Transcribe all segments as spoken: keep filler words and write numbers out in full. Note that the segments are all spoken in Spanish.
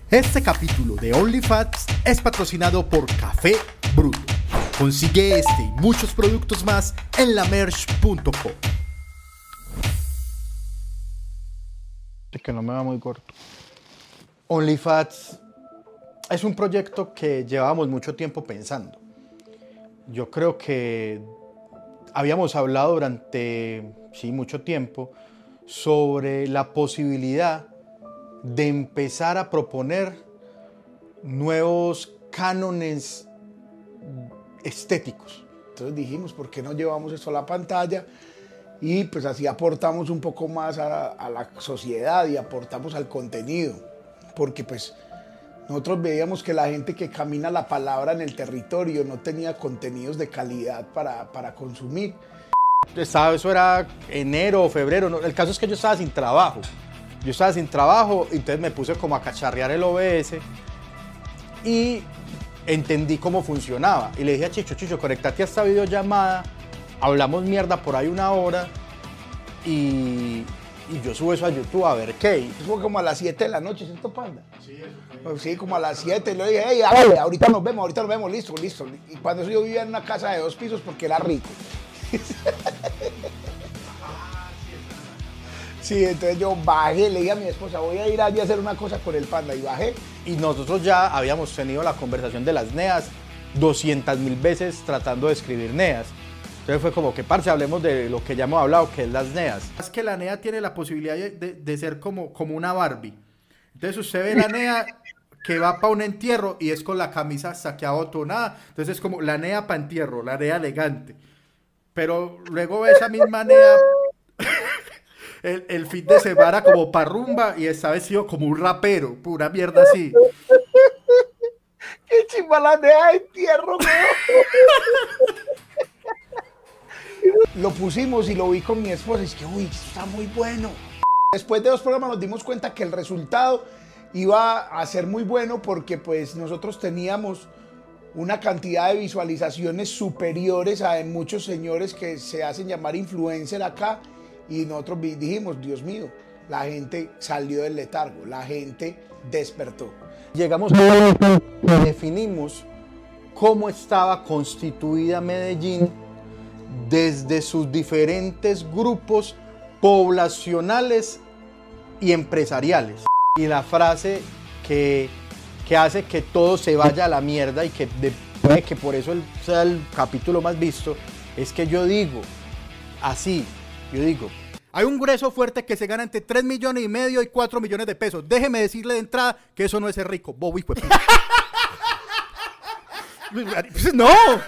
Este capítulo de OnlyFats es patrocinado por Café Bruto. Consigue este y muchos productos más en la merch punto com. Es que no me va muy corto. OnlyFats es un proyecto que llevábamos mucho tiempo pensando. Yo creo que habíamos hablado durante sí, mucho tiempo sobre la posibilidad de empezar a proponer nuevos cánones estéticos. Entonces dijimos, ¿por qué no llevamos esto a la pantalla? Y pues así aportamos un poco más a, a la sociedad y aportamos al contenido. Porque pues nosotros veíamos que la gente que camina la palabra en el territorio no tenía contenidos de calidad para, para consumir. Estaba, eso era enero o febrero, ¿no? El caso es que yo estaba sin trabajo. Yo estaba sin trabajo, entonces me puse como a cacharrear el O B S y entendí cómo funcionaba. Y le dije a Chicho, Chicho, conectate a esta videollamada, hablamos mierda por ahí una hora y, y yo subo eso a YouTube a ver qué. Eso fue como a las siete de la noche, ¿cierto, Panda? Sí, eso fue. Sí, como a las siete. Le dije, hey, dale, ahorita nos vemos, ahorita nos vemos, listo, listo. Y cuando eso yo vivía en una casa de dos pisos porque era rico. Sí, entonces yo bajé, le dije a mi esposa, voy a ir allí a hacer una cosa con el Panda, y bajé. Y nosotros ya habíamos tenido la conversación de las neas doscientas mil veces tratando de escribir neas. Entonces fue como que, parce, hablemos de lo que ya hemos hablado, que es las neas. Es que la nea tiene la posibilidad de, de ser como, como una Barbie. Entonces usted ve la nea que va para un entierro y es con la camisa saqueabotonada. Entonces es como la nea para entierro, la nea elegante. Pero luego ve esa misma nea el, el fin de semana como para rumba y está vestido como un rapero, pura mierda así. ¡Qué chimba la nea de entierro, weón! Lo pusimos y lo vi con mi esposa y es que, uy, esto está muy bueno. Después de dos programas nos dimos cuenta que el resultado iba a ser muy bueno porque pues nosotros teníamos una cantidad de visualizaciones superiores a muchos señores que se hacen llamar influencer acá, y nosotros dijimos, Dios mío, la gente salió del letargo, la gente despertó. Llegamos a definimos cómo estaba constituida Medellín desde sus diferentes grupos poblacionales y empresariales. Y la frase que, que hace que todo se vaya a la mierda y que, de, que por eso el, sea el capítulo más visto, es que yo digo, así, yo digo, hay un grueso fuerte que se gana entre tres millones y medio y cuatro millones de pesos. Déjeme decirle de entrada que eso no es ser rico. Bobo hijo de puta. ¡No!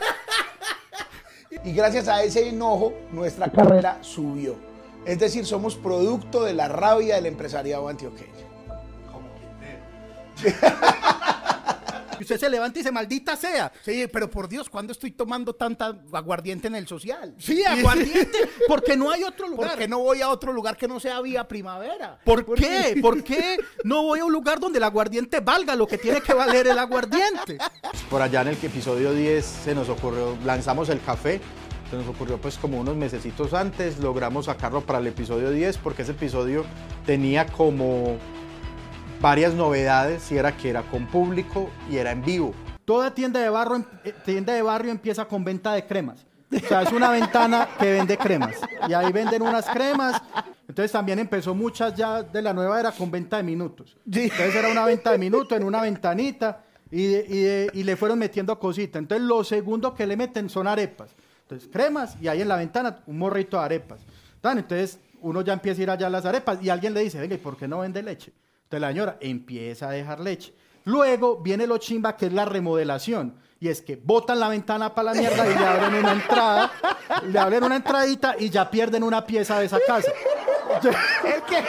Y gracias a ese enojo, nuestra carrera subió. Es decir, somos producto de la rabia del empresariado antioqueño. Como Quintero. Usted se levanta y dice, maldita sea. Sí, pero por Dios, ¿cuándo estoy tomando tanta aguardiente en el social? Sí, aguardiente, porque no hay otro lugar. ¿Por qué no voy a otro lugar que no sea Vía Primavera? ¿Por, ¿Por qué? qué? ¿Por qué no voy a un lugar donde el aguardiente valga lo que tiene que valer el aguardiente? Por allá en el episodio diez se nos ocurrió, lanzamos el café, se nos ocurrió pues como unos mesecitos antes, logramos sacarlo para el episodio diez porque ese episodio tenía como varias novedades, y era que era con público y era en vivo. Toda tienda de, barro, tienda de barrio empieza con venta de cremas. O sea, es una ventana que vende cremas. Y ahí venden unas cremas. Entonces también empezó muchas ya de la nueva era con venta de minutos. Entonces era una venta de minutos en una ventanita y, de, y, de, y le fueron metiendo cositas. Entonces lo segundo que le meten son arepas. Entonces cremas y ahí en la ventana un morrito de arepas. Entonces uno ya empieza a ir allá a las arepas y alguien le dice, venga, ¿y por qué no vende leche? Entonces la señora empieza a dejar leche. Luego viene lo chimba, que es la remodelación. Y es que botan la ventana para la mierda y le abren una entrada, le abren una entradita y ya pierden una pieza de esa casa. Es que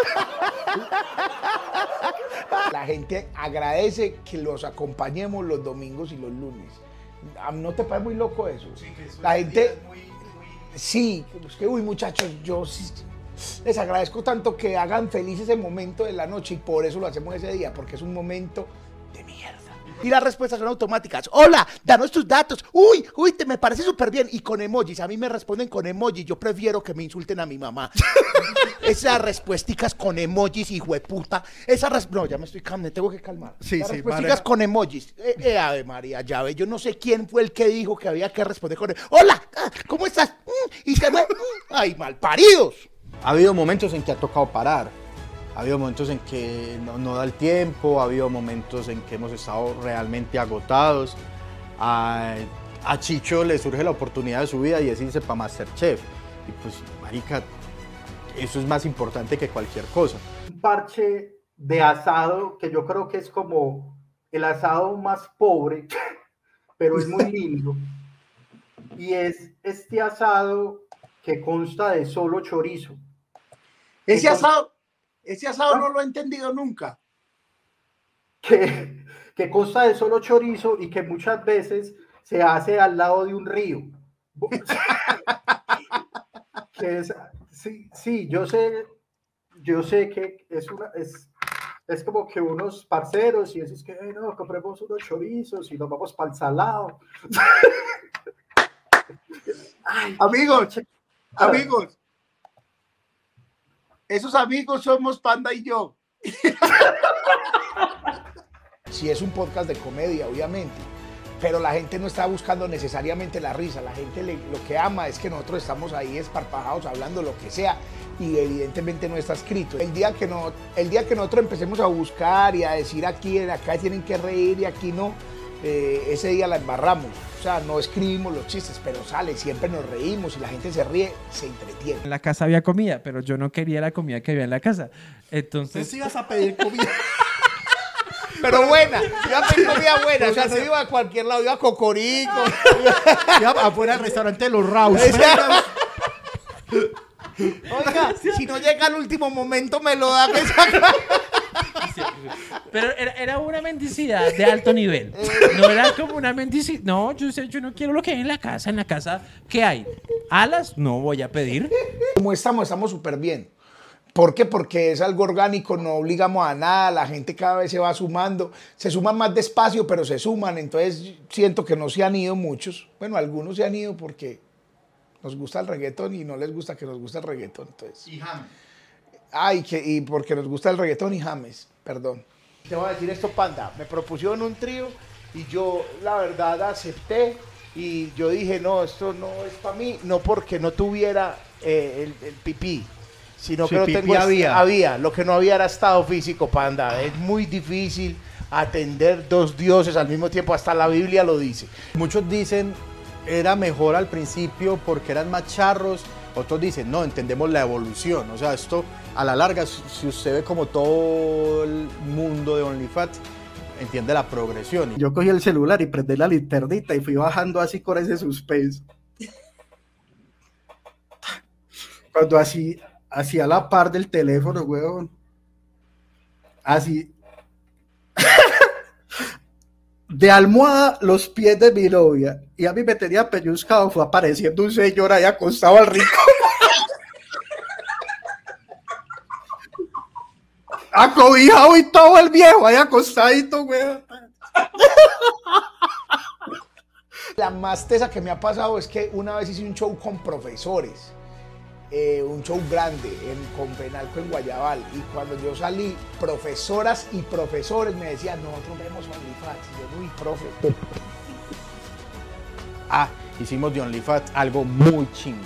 la gente agradece que los acompañemos los domingos y los lunes. ¿No te parece muy loco eso? Sí, que eso la gente... Muy, muy... Sí, es que, uy, muchachos, yo... les agradezco tanto que hagan feliz ese momento de la noche y por eso lo hacemos ese día, porque es un momento de mierda. Y las respuestas son automáticas. Hola, danos tus datos. Uy, uy, te me parece súper bien. Y con emojis, a mí me responden con emojis. Yo prefiero que me insulten a mi mamá. Esas respuesticas con emojis, hijo de puta. Esas res... No, ya me estoy calmando, me tengo que calmar. Sí, Las sí, respuesticas María. con emojis. Eh, eh, Ave María, ya ve, yo no sé quién fue el que dijo que había que responder con... Hola, ¿cómo estás? Mm, y se me... Mm, ay, malparidos. Ha habido momentos en que ha tocado parar, ha habido momentos en que no, no da el tiempo, ha habido momentos en que hemos estado realmente agotados. A, a Chicho le surge la oportunidad de su vida y es irse para Masterchef. Y pues, marica, eso es más importante que cualquier cosa. Un parche de asado que yo creo que es como el asado más pobre, pero es muy lindo. Y es este asado que consta de solo chorizo. Ese Entonces, asado, ese asado no lo he entendido nunca. que, que consta de solo chorizo y que muchas veces se hace al lado de un río. Que es, sí, sí, yo sé, yo sé que es una, es, es como que unos parceros y es que hey, no, compremos unos chorizos y nos vamos para el salado. Ay, Amigos, che- amigos, esos amigos somos Panda y yo. Sí, es un podcast de comedia, obviamente, pero la gente no está buscando necesariamente la risa. La gente le, lo que ama es que nosotros estamos ahí esparpajados hablando lo que sea y evidentemente no está escrito. El día que, no, el día que nosotros empecemos a buscar y a decir aquí, acá tienen que reír y aquí no, eh, ese día la embarramos. O sea, no escribimos los chistes, pero sale, siempre nos reímos y la gente se ríe, se entretiene. En la casa había comida, pero yo no quería la comida que había en la casa. Entonces, Entonces ibas a pedir comida. Pero buena, iba a pedir comida buena, o sea, no iba a cualquier lado, iba a Cocorico. Ya afuera del restaurante Los Raus. Oiga, si no llega al último momento me lo da que saca. pero era, era una mendicidad de alto nivel. No era como una mendicidad. No, yo sé, yo no quiero lo que hay en la casa. En la casa, ¿qué hay? ¿Alas? No voy a pedir. Como estamos, estamos súper bien. ¿Por qué? Porque es algo orgánico, no obligamos a nada, la gente cada vez se va sumando, se suman más despacio, pero se suman, entonces siento que no se han ido muchos. Bueno, algunos se han ido porque nos gusta el reggaetón y no les gusta que nos guste el reggaetón, entonces. Y James. Ay, que, y porque nos gusta el reggaetón y James, perdón. Te voy a decir esto, Panda, me propusieron un trío y yo la verdad acepté y yo dije, no, esto no es para mí, no porque no tuviera eh, el, el pipí, sino Sí, que no pipí tengo había. había, lo que no había era estado físico, Panda. Es muy difícil atender dos dioses al mismo tiempo, hasta la Biblia lo dice. Muchos dicen era mejor al principio porque eran más charros, otros dicen no, entendemos la evolución, o sea, esto a la larga, si usted ve como todo el mundo de OnlyFans, entiende la progresión. Yo cogí el celular y prendí la linternita y fui bajando así con ese suspenso. Cuando así, así a la par del teléfono, weón. Así. De almohada, los pies de mi novia. Y a mí me tenía pellizcado, fue apareciendo un señor ahí acostado al rico. Acobijado y todo el viejo ahí acostadito, weón. La más tesa que me ha pasado es que una vez hice un show con profesores, eh, un show grande en Convenalco, en Guayabal, y cuando yo salí, profesoras y profesores me decían, nosotros vemos OnlyFans. Y yo, uy, profe. Ah, hicimos de OnlyFans algo muy chimba.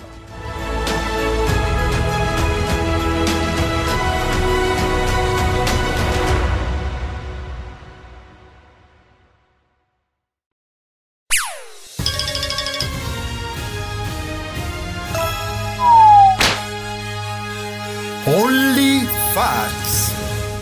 OnlyFans.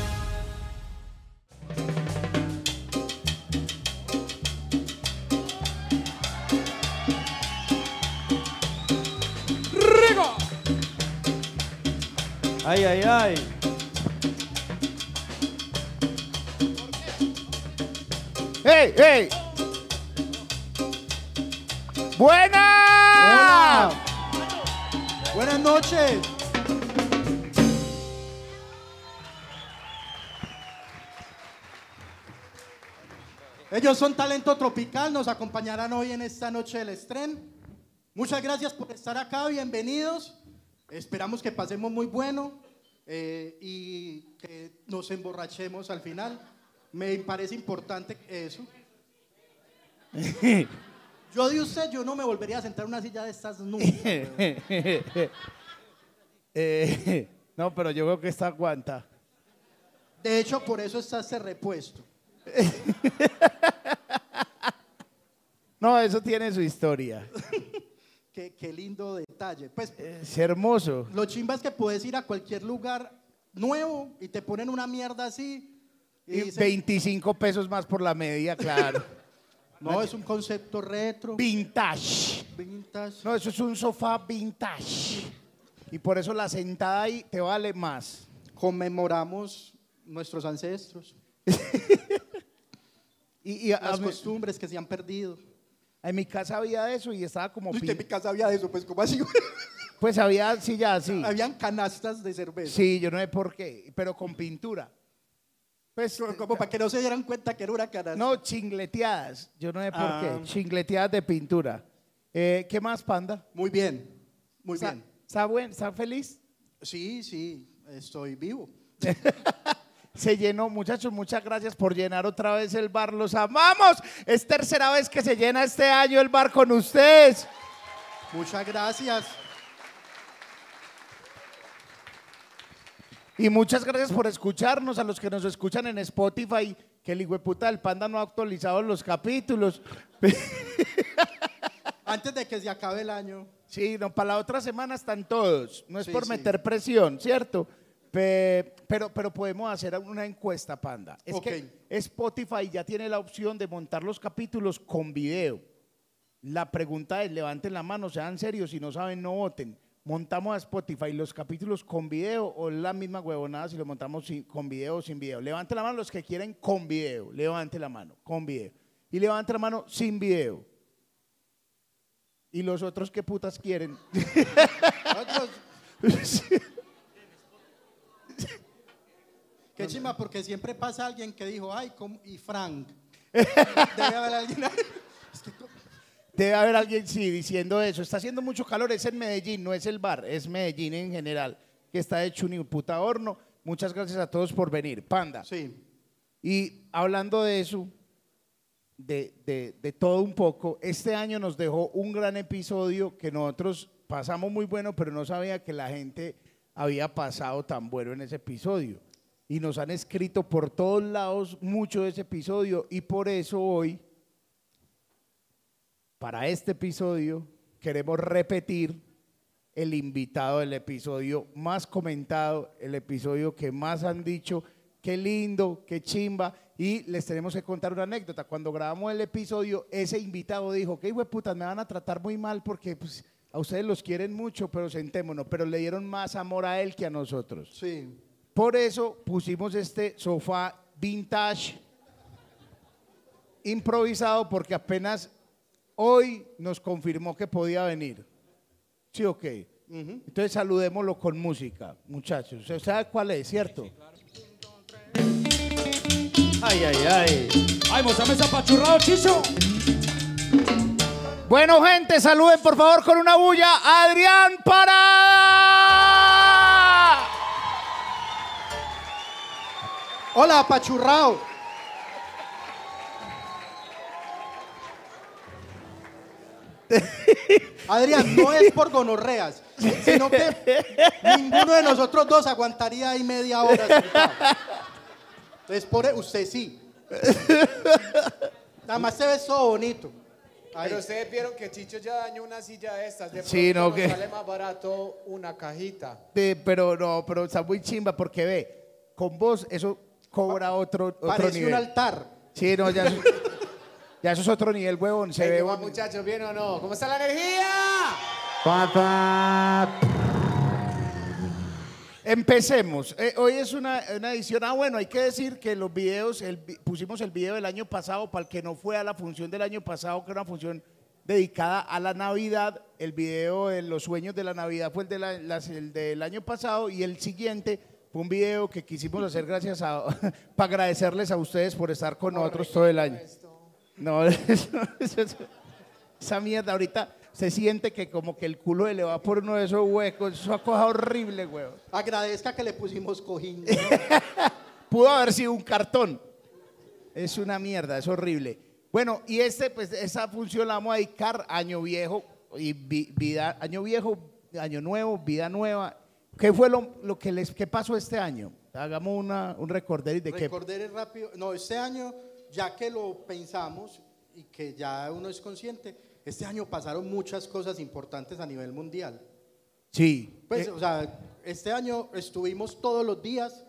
Ay, ay, ay. ¡Hey, hey! ¡Buena! Buenas noches. Ellos son Talento Tropical, nos acompañarán hoy en esta noche del estreno. Muchas gracias por estar acá, bienvenidos. Esperamos que pasemos muy bueno eh, y que nos emborrachemos al final. Me parece importante eso. Yo de usted, yo no me volvería a sentar en una silla de estas nunca. eh, no, pero yo creo que esta aguanta. De hecho, por eso está este repuesto. No, eso tiene su historia. qué, qué lindo detalle. Pues, es hermoso. Lo chimba es que puedes ir a cualquier lugar nuevo y te ponen una mierda así. Y, y dicen, veinticinco pesos más por la media, claro. No, es un concepto retro. Vintage. Vintage. No, eso es un sofá vintage. Y por eso la sentada ahí te vale más. Conmemoramos nuestros ancestros. y, y a, las a costumbres mi, que se han perdido. En mi casa había eso y estaba como... Uy, en mi casa había eso, pues ¿cómo así? Pues había, sí, ya, sí. Habían canastas de cerveza. Sí, yo no sé por qué, pero con pintura. Pues, como para que no se dieran cuenta que era una canasta. No, chingleteadas, yo no sé por ah. qué, chingleteadas de pintura. Eh, ¿Qué más, Panda? Muy bien, muy ¿Está, bien. ¿Está buen, está feliz? Sí, sí, estoy vivo. Se llenó, muchachos, muchas gracias por llenar otra vez el bar, los amamos. Es tercera vez que se llena este año el bar con ustedes. Muchas gracias. Y muchas gracias por escucharnos, a los que nos escuchan en Spotify, que el hijueputa del Panda no ha actualizado los capítulos. Antes de que se acabe el año. Sí, no, para la otra semana están todos, no es sí, por sí. meter presión, ¿cierto? Pero, pero podemos hacer una encuesta, Panda. Es okay. que Spotify ya tiene la opción de montar los capítulos con video. La pregunta es, levanten la mano, sean serios, si no saben, no voten. ¿Montamos a Spotify los capítulos con video o la misma huevonada si lo montamos sin, con video o sin video? Levanten la mano los que quieren con video, levante la mano, con video. Y levante la mano sin video. ¿Y los otros qué putas quieren? Qué chima, porque siempre pasa alguien que dijo, ay, ¿cómo? Y Frank. Debe haber alguien. Es que, Debe haber alguien, sí, diciendo eso. Está haciendo mucho calor, es en Medellín, no es el bar, es Medellín en general, que está hecho un puta horno. Muchas gracias a todos por venir. Panda. Sí. Y hablando de eso, de, de, de todo un poco, este año nos dejó un gran episodio que nosotros pasamos muy bueno, pero no sabía que la gente había pasado tan bueno en ese episodio. Y nos han escrito por todos lados mucho de ese episodio y por eso hoy, para este episodio, queremos repetir el invitado del episodio más comentado, el episodio que más han dicho, qué lindo, qué chimba, y les tenemos que contar una anécdota. Cuando grabamos el episodio, ese invitado dijo, que hijueputas, me van a tratar muy mal porque pues, a ustedes los quieren mucho, pero sentémonos, pero le dieron más amor a él que a nosotros. Sí. Por eso pusimos este sofá vintage, improvisado, porque apenas hoy nos confirmó que podía venir. ¿Sí o qué? Uh-huh. Entonces saludémoslo con música, muchachos. ¿Usted sabe cuál es, cierto? Sí, claro. Ay, ay, ay. Ay, mostrame esa pachurrado, Chicho. Bueno, gente, saluden por favor con una bulla a Adrián Parada. Hola, apachurrao. Adrián, no es por gonorreas, sino que ninguno de nosotros dos aguantaría ahí media hora sentado. Entonces, por usted sí. Nada más se ve todo bonito. Ahí. Pero ustedes vieron que Chicho ya dañó una silla de estas. De sí, no, nos que sale más barato una cajita. Sí, pero no, pero está muy chimba porque ve, con vos eso cobra otro, otro Parece nivel. un altar. Sí, no, ya, ya eso es otro nivel, huevón. Se Hey, ve va, muchachos, ¿bien o no? ¿Cómo está la energía? Papá. Empecemos. Eh, hoy es una, una edición. Ah, bueno, hay que decir que los videos, el, pusimos el video del año pasado para el que no fue a la función del año pasado, que era una función dedicada a la Navidad. El video de los sueños de la Navidad fue el, de la, las, el del año pasado y el siguiente fue un video que quisimos hacer gracias a, para agradecerles a ustedes por estar con nosotros todo el año. No, eso, eso, eso, esa mierda ahorita se siente que como que el culo se le va por uno de esos huecos. Eso es una cosa horrible, weón. Agradezca que le pusimos cojín. Pudo haber sido un cartón. Es una mierda, es horrible. Bueno, y este, pues, esa función la vamos a dedicar a Año Viejo y vi- vida, Año Viejo, Año Nuevo, Vida Nueva. ¿Qué fue lo, lo que les qué pasó este año? Hagamos una, un recorder de qué. Recordar rápido. No, este año, ya que lo pensamos y que ya uno es consciente, este año pasaron muchas cosas importantes a nivel mundial. Sí. Pues, Eh, o sea, este año estuvimos todos los días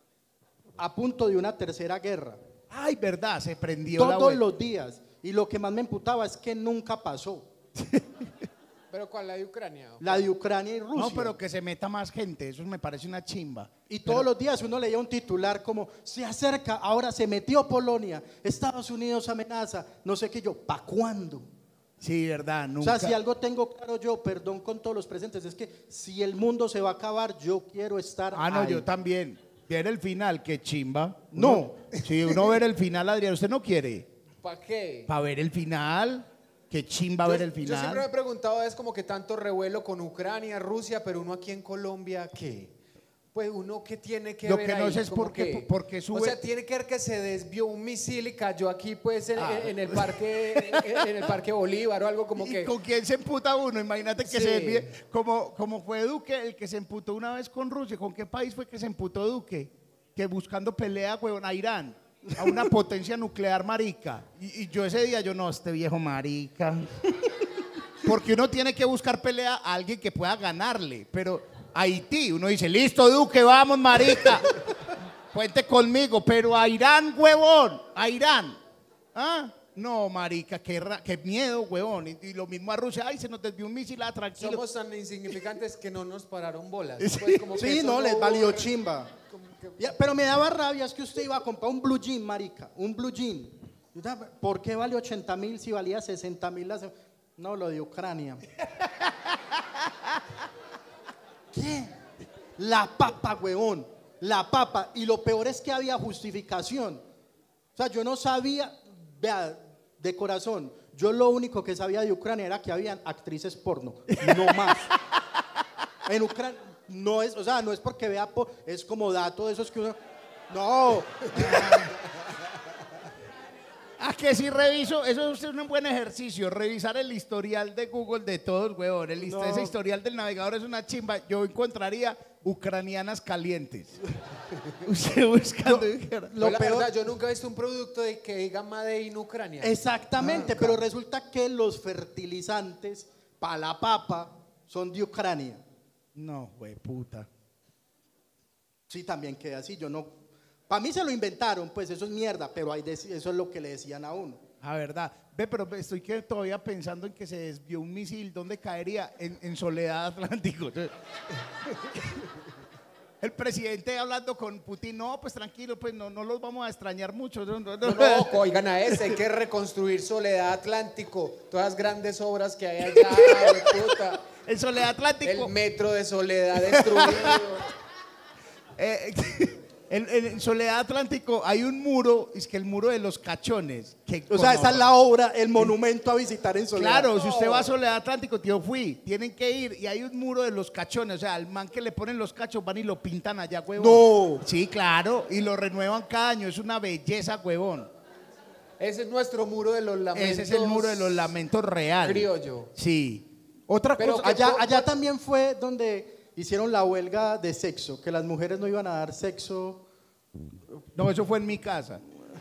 a punto de una tercera guerra. ay, verdad, se prendió la Todos vuelta. los días. Y lo que más me emputaba es que nunca pasó. ¿Pero cuál, la de Ucrania? La de Ucrania y Rusia. No, pero que se meta más gente, eso me parece una chimba. Y todos los días uno leía un titular como, se acerca, ahora se metió Polonia, Estados Unidos amenaza, no sé qué yo, ¿pa' cuándo? Sí, verdad, nunca. O sea, si algo tengo claro yo, perdón con todos los presentes, es que si el mundo se va a acabar, yo quiero estar Ah, no, ahí. yo también. Ver el final, qué chimba. No. Uno- si uno ver el final, Adrián, ¿usted no quiere? ¿Para qué? Para ver el final, qué chimba ver el Yo siempre me he final. preguntado, es como que tanto revuelo con Ucrania, Rusia, pero uno aquí en Colombia, ¿qué? Pues uno que tiene que Lo ver que no ahí, sé es como por qué- que- por qué O sube- sea, tiene que ver que se desvió un misil y cayó aquí, pues, en, Ah. en el parque en, en el parque Bolívar o algo como ¿Y que... con quién se emputa uno? Imagínate que Sí. se desvíe. Como, como fue Duque, el que se emputó una vez con Rusia. ¿Con qué país fue que se emputó Duque? Que buscando pelea, huevón, a Irán, a una potencia nuclear marica. Y, y yo ese día, yo no, este viejo marica. Porque uno tiene que buscar pelea a alguien que pueda ganarle. Pero Haití, uno dice, listo, Duque, vamos, marica. Cuente conmigo, pero a Irán, huevón, a Irán. ¿Ah? No, marica, qué, ra- qué miedo, huevón. Y, y lo mismo a Rusia, ay, se nos desvió un misil, ah, tranquilo. Somos tan insignificantes que no nos pararon bolas. Pues, como que Sí, eso no, les valió hubo- chimba. Ya, pero me daba rabia, es que usted iba a comprar un blue jean, marica, un blue jean. Yo estaba, ¿por qué vale ochenta mil si valía sesenta mil? No, lo de Ucrania. ¿Qué? La papa, huevón, la papa. Y lo peor es que había justificación. O sea, yo no sabía, vea, de corazón, yo lo único que sabía de Ucrania era que habían actrices porno, no más. En Ucrania, no es, o sea, no es porque vea, po- es como dato de esos que uno, no. Ah, que si reviso, eso es un buen ejercicio, revisar el historial de Google de todos, huevón. El, hist- No. Ese historial del navegador es una chimba. Yo encontraría ucranianas calientes. Usted buscando. Lo la peor- verdad, yo nunca he visto un producto de que diga Made in Ucrania. Exactamente, pero resulta que los fertilizantes para la papa son de Ucrania. No, güey, puta. Sí, también queda así, yo no. Para mí se lo inventaron, pues eso es mierda, pero hay deci- eso es lo que le decían a uno. La verdad. Ve, pero estoy que todavía pensando en que se desvió un misil. ¿Dónde caería? En, en Soledad Atlántico. El presidente hablando con Putin, no, pues tranquilo, pues no, no los vamos a extrañar mucho. No, no, no. No, no, oigan a ese, hay que reconstruir Soledad Atlántico, todas las grandes obras que hay allá, de puta. En Soledad Atlántico. El metro de Soledad destruido. Eh, en, en Soledad Atlántico hay un muro, es que el muro de los cachones. Que O sea, como- esa es la obra, el monumento a visitar en Soledad. Claro, si usted va a Soledad Atlántico, tío, fui, tienen que ir y hay un muro de los cachones, o sea, al man que le ponen los cachos van y lo pintan allá, huevón. No. Sí, claro, y lo renuevan cada año, es una belleza, huevón. Ese es nuestro muro de los lamentos. Ese es el muro de los lamentos real. Criollo. Sí. Otra Pero cosa, que allá, por- allá también fue donde hicieron la huelga de sexo, que las mujeres no iban a dar sexo. No, eso fue en mi casa.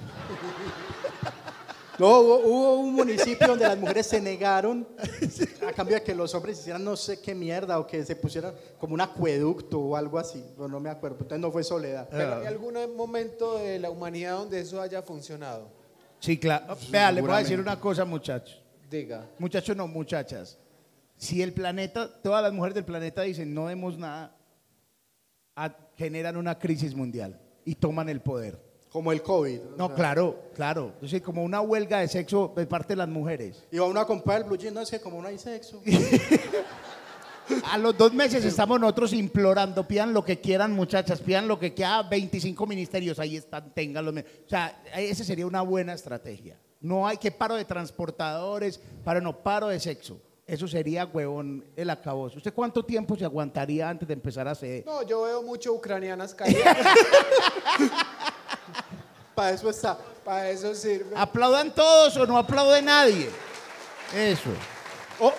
No, hubo, hubo un municipio donde las mujeres se negaron a cambio de que los hombres hicieran no sé qué mierda o que se pusieran como un acueducto o algo así, pero no me acuerdo, entonces no fue Soledad. Pero ¿hay algún momento de la humanidad donde eso haya funcionado? Sí, claro. Vea, les voy a decir seguramente. una cosa, muchachos. Diga. Muchachos, no, muchachas. Si el planeta, todas las mujeres del planeta dicen no demos nada, a- generan una crisis mundial y toman el poder. Como el COVID. o No, sea. claro, claro. Yo sé, como una huelga de sexo de parte de las mujeres. Iba uno a comprar el blue jean, no es que como no hay sexo. A los dos meses estamos nosotros implorando, pidan lo que quieran, muchachas, pidan lo que quieran, veinticinco ministerios, ahí están, ténganlo. O sea, esa sería una buena estrategia. No hay que paro de transportadores, paro no, paro de sexo. Eso sería, huevón, el acabose. ¿Usted cuánto tiempo se aguantaría antes de empezar a ceder? No, yo veo mucho ucranianas caídas. Para eso está. Para eso sirve. ¿Aplaudan todos o no aplaude nadie? Eso. O-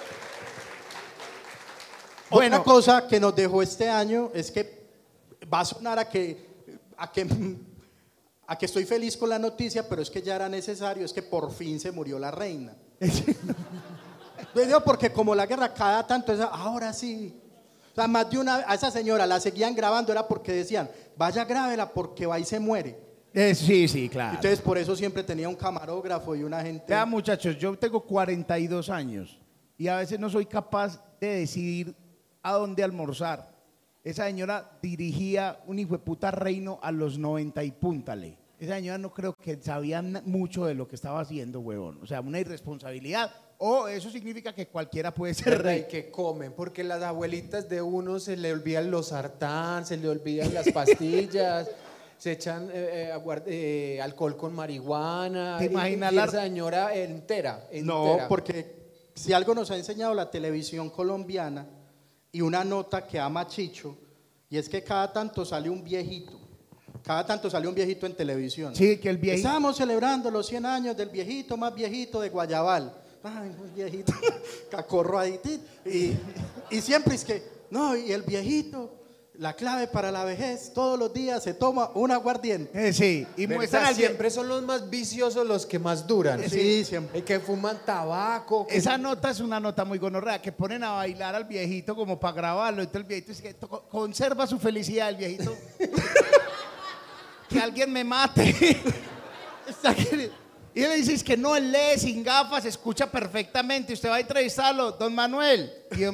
Bueno. Otra cosa que nos dejó este año es que va a sonar a que, a que, a que estoy feliz con la noticia, pero es que ya era necesario, es que por fin se murió la reina. Pues digo, porque como la guerra cada tanto, esa, ahora sí. O sea, más de una a esa señora la seguían grabando, era porque decían, vaya grábela porque va y se muere. Eh, sí, sí, claro. Entonces por eso siempre tenía un camarógrafo y una gente. Vean, muchachos, yo tengo cuarenta y dos años y a veces no soy capaz de decidir a dónde almorzar. Esa señora dirigía un hijo de puta reino a los noventa y púntale. Esa señora no creo que sabía na- mucho de lo que estaba haciendo, huevón. O sea, una irresponsabilidad. O eso significa que cualquiera puede ser ¿Verdad? Y rey. que comen, porque las abuelitas de uno se le olvidan los sartán, se le olvidan las pastillas, se echan eh, eh, aguar- eh, alcohol con marihuana. ¿Te y- imaginas y la- esa señora entera, No, entera. porque si algo nos ha enseñado la televisión colombiana y una nota que ama Chicho, y es que cada tanto sale un viejito, cada tanto sale un viejito en televisión. Sí, que el viejito. Estamos celebrando los cien años del viejito más viejito de Guayabal. Ay, un viejito, cacorro ahí. tit, Y, y siempre es que, no, y el viejito, la clave para la vejez, todos los días se toma un aguardiente. Eh, sí, y ¿Verdad? muestran al vie- Siempre son los más viciosos los que más duran. Sí, siempre. Y que fuman tabaco. que- Esa nota es una nota muy gonorrea, que ponen a bailar al viejito como para grabarlo. Entonces el viejito dice que to- conserva su felicidad, el viejito. Que alguien me mate. Está que- Y él le dice es que no, él lee sin gafas, escucha perfectamente. Usted va a entrevistarlo, don Manuel. Y yo-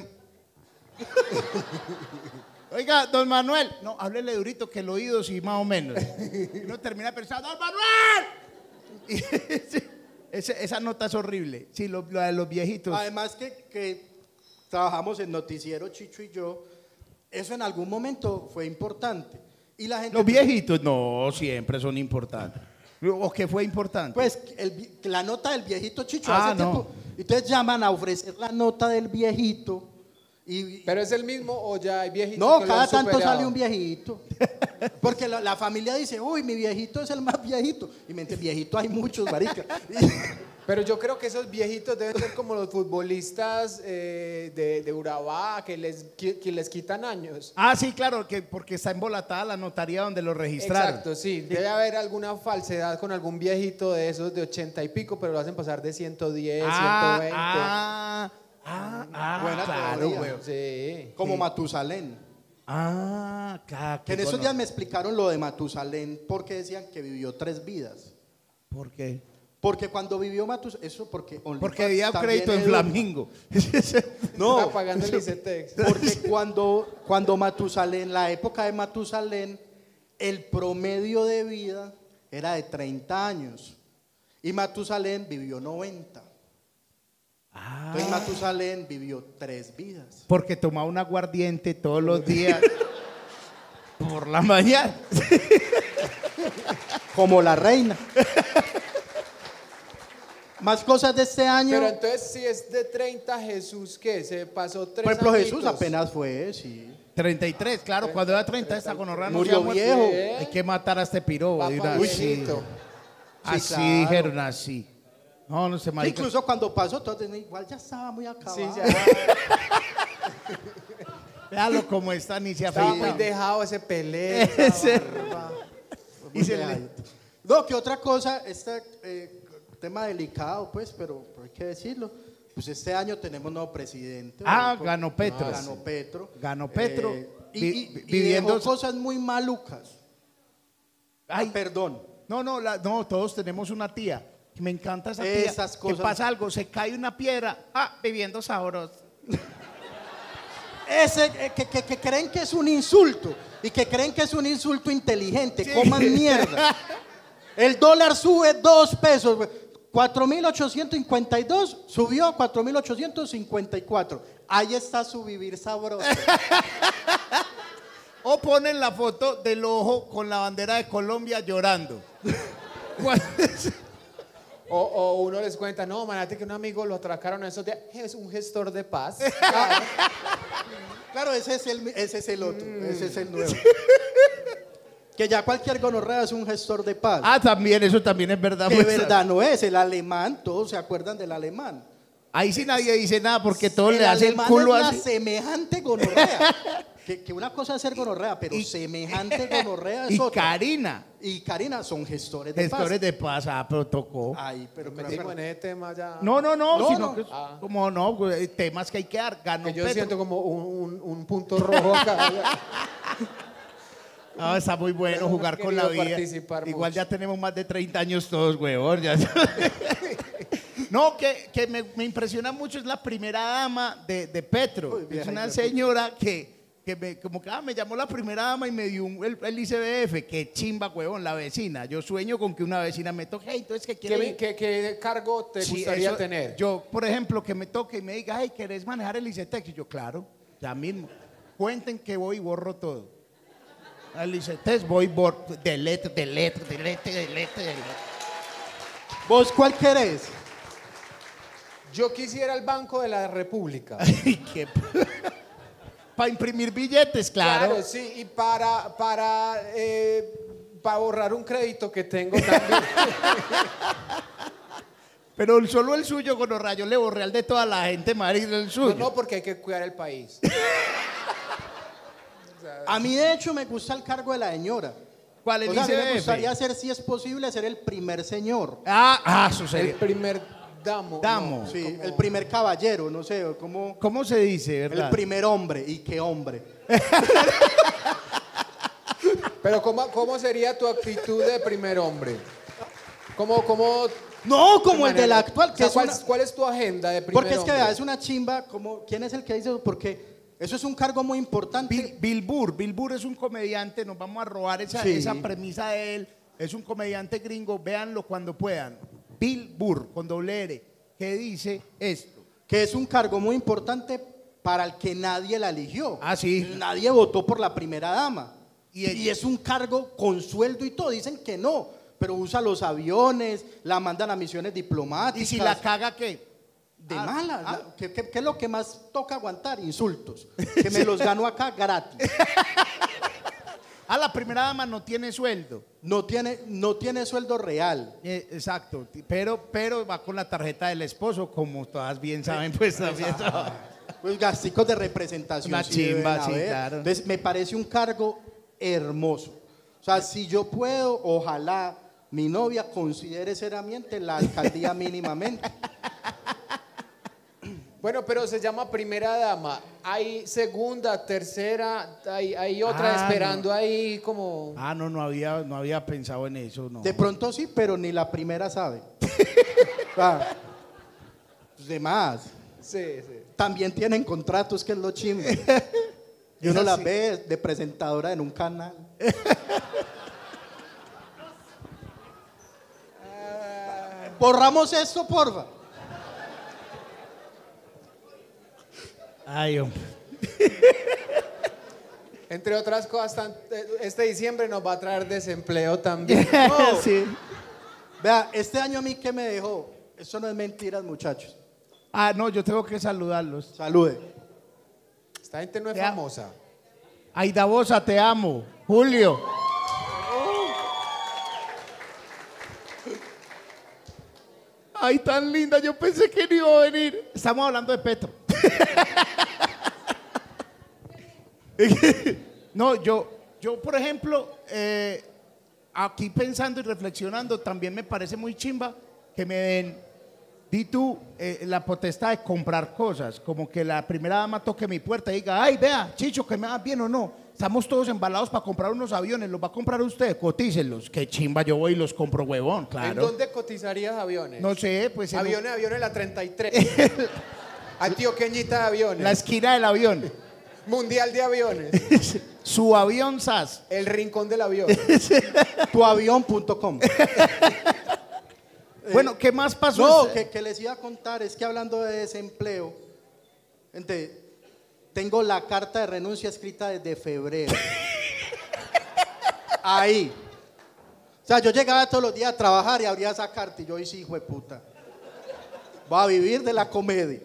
Oiga, don Manuel. No, háblele durito que el oído sí, más o menos. Y uno termina pensando, don Manuel. Y ese- esa nota es horrible. Sí, lo, lo de los viejitos. Además que, que trabajamos en noticiero, Chicho y yo, eso en algún momento fue importante. Y la gente, Los viejitos no siempre son importantes. ¿O qué fue importante? pues el vi- la nota del viejito Chicho Ah, hace no. tiempo. Entonces llaman a ofrecer la nota del viejito. Y, ¿Pero es el mismo o ya hay viejitos no, que lo cada han tanto superado? sale un viejito. Porque la, la familia dice, uy, mi viejito es el más viejito. Y me dice, viejito hay muchos, marica. Pero yo creo que esos viejitos deben ser como los futbolistas eh, de, de Urabá, que les, que, que les quitan años. Ah, sí, claro, que porque está embolatada la notaría donde lo registraron. Exacto, sí. Debe haber alguna falsedad con algún viejito de esos de ochenta y pico, pero lo hacen pasar de ciento diez, Ah, ciento veinte. ah, ah, ah, Buena claro, teoría. güey. Sí. Como Matusalén. Ah, claro. Que en esos días me explicaron lo de Matusalén porque decían que vivió tres vidas. ¿Por qué? Porque cuando vivió Matusalén, eso porque... Porque había un también crédito en educa. Flamingo. No, Está pagando el ICETEX. porque cuando, cuando Matusalén, la época de Matusalén, el promedio de vida era de treinta años. Y Matusalén vivió noventa. Ah, Entonces Matusalén vivió tres vidas. porque tomaba un aguardiente todos los días por la mañana. Como la reina. Más cosas de este año. Pero entonces, si es de treinta, Jesús, ¿qué? Se pasó tres Por ejemplo, añitos. Jesús apenas fue, sí. treinta y tres, claro, cuando era treinta esta gonorrea no Murió se ha muerto. viejo. Hay que matar a este piro. Va de una- pa' sí. viejito. Así claro. dijeron, así. No, no se Que marica. incluso cuando pasó, todo igual ya estaba muy acabado. Sí, ya. Véalo como está, ni se Estaba afeita. muy dejado ese pelé. Ese- esa barba. Y se le- No, que otra cosa, este eh, tema delicado, pues, pero, pero hay que decirlo. Pues este año tenemos nuevo presidente. Ah, ¿verdad? ganó Petro. Ah, ganó Petro. Ganó Petro, Eh, y, vi- y- y viviendo- dejó cosas muy malucas. Ay, Ah, perdón. No, no, la- no, todos tenemos una tía. Me encanta esa tía. Esas Que cosas. pasa algo, se cae una piedra. Ah, viviendo sabroso. Ese eh, que, que- que creen que es un insulto y que creen que es un insulto inteligente. Sí. Coman mierda. El dólar sube dos pesos. güey. cuatro mil ochocientos cincuenta y dos subió a cuatro mil ochocientos cincuenta y cuatro. Ahí está su vivir sabroso. O ponen la foto del ojo con la bandera de Colombia llorando. O, o uno les cuenta, no, manate que un amigo lo atracaron a esos días. Es un gestor de paz. Claro. Claro, ese es el, ese es el otro, mm. ese es el nuevo. Que ya cualquier gonorrea es un gestor de paz. Ah, también, eso también es verdad. Que pues, verdad no es, el alemán, todos se acuerdan del alemán. Ahí sí nadie dice nada porque todos el le hacen el culo es así. La semejante gonorrea. que, que una cosa es ser gonorrea, pero y, semejante gonorrea es y otra. Y Karina. Y Karina son gestores de gestores paz. Gestores de paz, ah, pero tocó. Ay, pero me metimos en ese tema ya. No, no, no, no, sino no. que es Ah. como no, temas que hay que dar. Ganó que yo Petro. siento como un, un, un punto rojo acá. Ah, está muy bueno no jugar con la vida. Igual mucho. ya tenemos más de treinta años todos, huevón. Ya. No, que, que me, me impresiona mucho es la primera dama de, de Petro. Uy, es una señora que, que me, como que ah, me llamó la primera dama y me dio un, el, el I C B F. Qué chimba, huevón, la vecina. Yo sueño con que una vecina me toque. Hey, entonces, ¿qué quiere? ¿Qué, qué, ¿Qué cargo te sí, gustaría eso, tener? Yo, por ejemplo, que me toque y me diga, hey, ¿querés manejar el ICETEX? Y yo, claro, ya mismo. Cuenten que voy y borro todo. Al ICETEX voy, borro, delete, delete, delete, delete, delete. ¿Vos cuál querés? Yo quisiera el Banco de la República. Para imprimir billetes, claro. Claro, sí, y para, para, eh, para borrar un crédito que tengo también. Pero solo el suyo, gonorrea, yo le borré al de toda la gente, marido, el suyo. No, no, porque hay que cuidar el país. O sea, a mí, de hecho, me gusta el cargo de la señora. ¿Cuál es? O sea, a mí me gustaría ser, si es posible, ser el primer señor. Ah, ah, eso sería. El primer damo. Damo. No, sí, como... el primer caballero, no sé, ¿cómo? ¿Cómo se dice, verdad? El primer hombre, ¿y qué hombre? Pero ¿cómo, cómo sería tu actitud de primer hombre? ¿Cómo, cómo no, como el del actual. Que o sea, es ¿cuál, una... ¿Cuál es tu agenda de primer Porque es que hombre? vea, es una chimba, como, ¿quién es el que dice eso? Porque eso es un cargo muy importante. Bill, Bill Burr, Bill Burr es un comediante, nos vamos a robar esa, sí. esa premisa de él. Es un comediante gringo, véanlo cuando puedan. Bill Burr, con doble R, que dice esto. Que es un cargo muy importante para el que nadie la eligió. Ah, sí. Nadie votó por la primera dama. Y, el, y es un cargo con sueldo y todo. Dicen que no, pero usa los aviones, la mandan a misiones diplomáticas. ¿Y si la caga qué? De ah, mala. Ah. La, ¿qué, qué, ¿Qué es lo que más toca aguantar? Insultos. Que me los gano acá gratis. Ah, la primera dama no tiene sueldo. No tiene, no tiene sueldo real. Eh, exacto, pero, pero va con la tarjeta del esposo, como todas bien saben, pues también. Pues gasticos de representación. Una sí chimba, sí, claro. Entonces, me parece un cargo hermoso. O sea, si yo puedo, ojalá mi novia considere seriamente la alcaldía mínimamente. Bueno, pero se llama primera dama. Hay segunda, tercera, hay, hay otra ah, esperando no. ahí como... Ah, no, no había, no había pensado en eso, no. De pronto sí, pero ni la primera sabe. Ah, pues de más. Sí, sí. También tienen contratos, que es lo chimbe. Y uno las ve de presentadora en un canal. Borramos esto, porfa. Ay, hombre. Entre otras cosas, este diciembre nos va a traer desempleo también. No. Sí. Vea, este año a mí, ¿qué me dejó? Eso no es mentiras, muchachos. Ah, no, yo tengo que saludarlos. Salude. Esta gente no es te famosa. Aida Bosa, te amo. Julio. Ay, tan linda, yo pensé que no iba a venir. Estamos hablando de Petro. No, yo, yo por ejemplo, eh, aquí pensando y reflexionando, también me parece muy chimba que me den, di tú, eh, la potestad de comprar cosas, como que la primera dama toque mi puerta y diga, ay, vea, Chicho, que me va bien o no. Estamos todos embalados para comprar unos aviones, ¿los va a comprar usted? Cotícenlos. Qué chimba, yo voy y los compro, huevón, claro. ¿En dónde cotizarías aviones? No sé, pues... Aviones, aviones, la treinta y tres. Antioqueñita de aviones. La esquina del avión. Mundial de aviones. Su avión S A S. El rincón del avión. tu avión punto com. Bueno, ¿qué más pasó? No, que, que les iba a contar es que hablando de desempleo, gente, tengo la carta de renuncia escrita desde febrero. Ahí. O sea, yo llegaba todos los días a trabajar y abría esa carta y yo hice hijo de puta. Va a vivir de la comedia.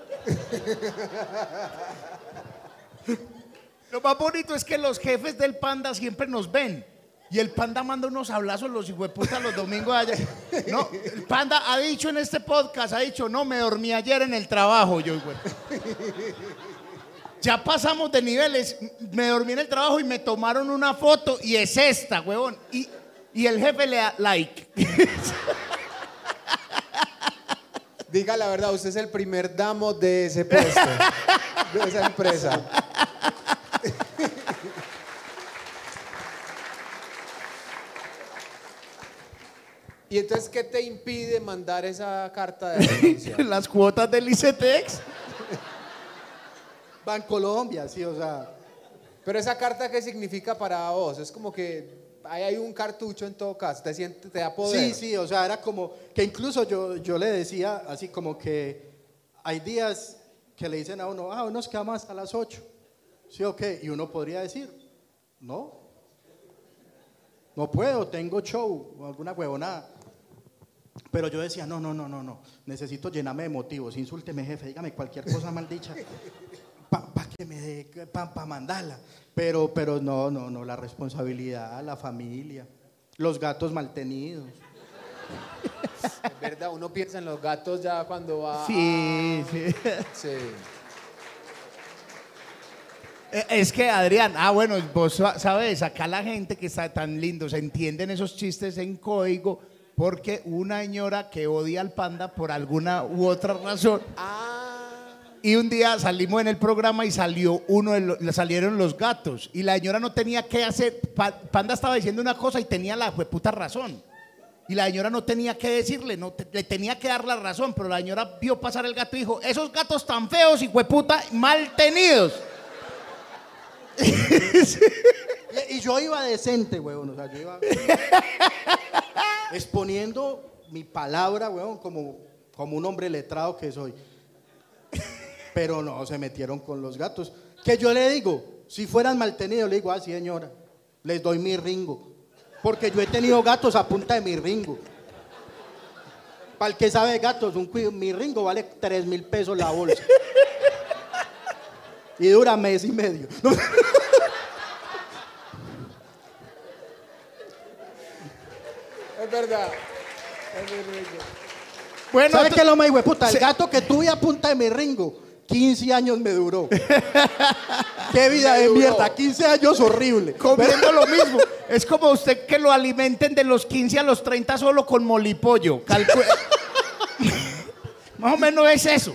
Lo más bonito es que los jefes del Panda siempre nos ven. Y el Panda manda unos hablazos los hijueputas los domingos allá. No, el Panda ha dicho en este podcast, ha dicho, no, me dormí ayer en el trabajo. Yo, güey. Ya pasamos de niveles. Me dormí en el trabajo y me tomaron una foto y es esta, huevón. Y, y el jefe le da like. Diga la verdad, usted es el primer damo de ese puesto, de esa empresa. ¿Y entonces qué te impide mandar esa carta de renuncia? Las cuotas del ICETEX. Bancolombia, sí, o sea. Pero esa carta, ¿qué significa para vos? Es como que ahí hay un cartucho en todo caso, te sientes, te da poder. Sí, sí, o sea, era como que incluso yo, yo le decía así como que hay días que le dicen a uno, ah, nos quedamos hasta las ocho. Sí, ok, y uno podría decir, no, no puedo, tengo show o alguna huevonada. Pero yo decía, no, no, no, no, no, necesito llenarme de motivos, insúlteme jefe, dígame cualquier cosa maldicha para pa que me dé, para pa mandarla. Pero, pero no, no, no, la responsabilidad, la familia, los gatos mal tenidos. Es verdad, uno piensa en los gatos ya cuando va Sí, a... sí. Sí. Eh, Es que Adrián, ah bueno, vos sa- sabes, acá la gente que está tan lindo, se entienden esos chistes en código porque una señora que odia al Panda por alguna u otra razón. Y un día salimos en el programa y salió uno de los, le salieron los gatos y la señora no tenía qué hacer. Pa- Panda estaba diciendo una cosa y tenía la jueputa razón. Y la señora no tenía que decirle, no te- le tenía que dar la razón, pero la señora vio pasar el gato y dijo, esos gatos tan feos y jueputa mal tenidos. Y, y yo iba decente, huevón, o sea, yo iba exponiendo mi palabra, huevón, como, como un hombre letrado que soy. Pero no, se metieron con los gatos. Que yo le digo, si fueran mal tenidos, le digo, ah, sí, señora, les doy mi ringo. Porque yo he tenido gatos a punta de mi ringo. Para el que sabe de gatos, un, cuido- mi ringo vale tres mil pesos la bolsa. Y dura mes y medio. Es verdad. Es muy rico. Bueno, ¿Sabe tú- qué es lo más hijueputa? El Sí. gato que tuve a punta de mi ringo, quince años me duró. Qué vida de mierda, quince años horrible. comiendo lo mismo. Es como usted que lo alimenten de los quince a los treinta solo con molipollo. Calcu- Más o menos es eso.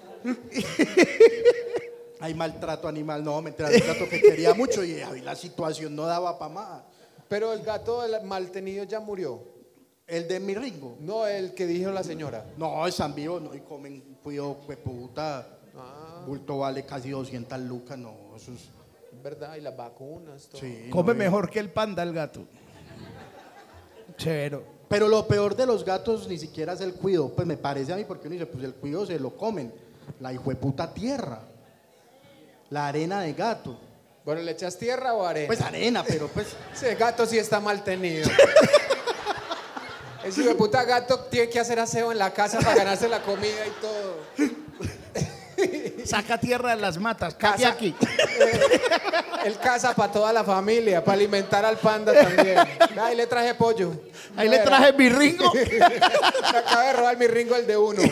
Hay maltrato animal, no, me enteré un gato que quería mucho y ay, la situación no daba para más. Pero el gato del mal tenido ya murió. El de mi ringo. No el que dijo la señora. No, están vivos, no, y comen, cuido, puta. Ah, Bulto vale casi doscientas lucas, no, eso es. es verdad. Y las vacunas, todo. Sí, Come no, mejor que el Panda el gato. Chévere. Pero lo peor de los gatos ni siquiera es el cuido, pues me parece a mí, porque uno dice, pues el cuido se lo comen. La hijueputa tierra, la arena de gato. Bueno, ¿le echas tierra o arena? Pues arena, pero pues. Ese gato sí está mal tenido. Ese hijo de puta gato tiene que hacer aseo en la casa para ganarse la comida y todo. Saca tierra de las matas, calle Casa- aquí. Él caza para toda la familia, para alimentar al Panda también. Ahí le traje pollo. Ahí le traje mi ringo. Me acaba de robar mi ringo el de uno.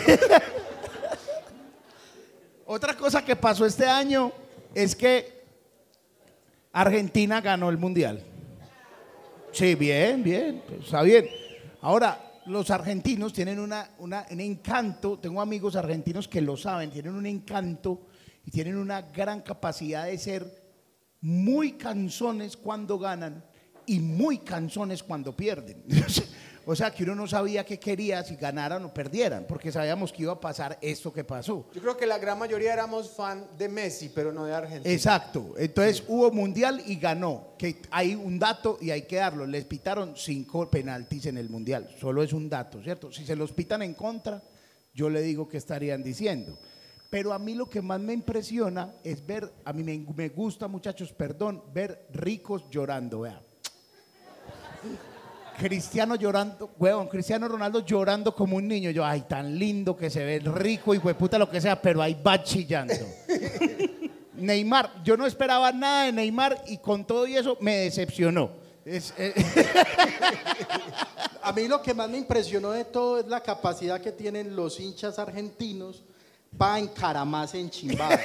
Otra cosa que pasó este año es que Argentina ganó el mundial. Sí, bien, bien, pues, está bien. Ahora, los argentinos tienen una, una- un encanto, tengo amigos argentinos que lo saben, tienen un encanto y tienen una gran capacidad de ser muy canzones cuando ganan y muy canzones cuando pierden. O sea, que uno no sabía qué quería si ganaran o perdieran, porque sabíamos que iba a pasar esto que pasó. Yo creo que la gran mayoría éramos fan de Messi, pero no de Argentina. Exacto, entonces hubo mundial y ganó, que hay un dato y hay que darlo, les pitaron cinco penaltis en el mundial, solo es un dato, ¿cierto? Si se los pitan en contra, yo le digo que estarían diciendo. Pero a mí lo que más me impresiona es ver, a mí me, me gusta muchachos, perdón, ver ricos llorando, vea. Cristiano llorando, huevón, Cristiano Ronaldo llorando como un niño. Yo, ay, tan lindo que se ve, rico y puta lo que sea, pero ahí va chillando. Neymar, yo no esperaba nada de Neymar y con todo y eso me decepcionó. Es, eh. A mí lo que más me impresionó de todo es la capacidad que tienen los hinchas argentinos para encaramarse en chimbada.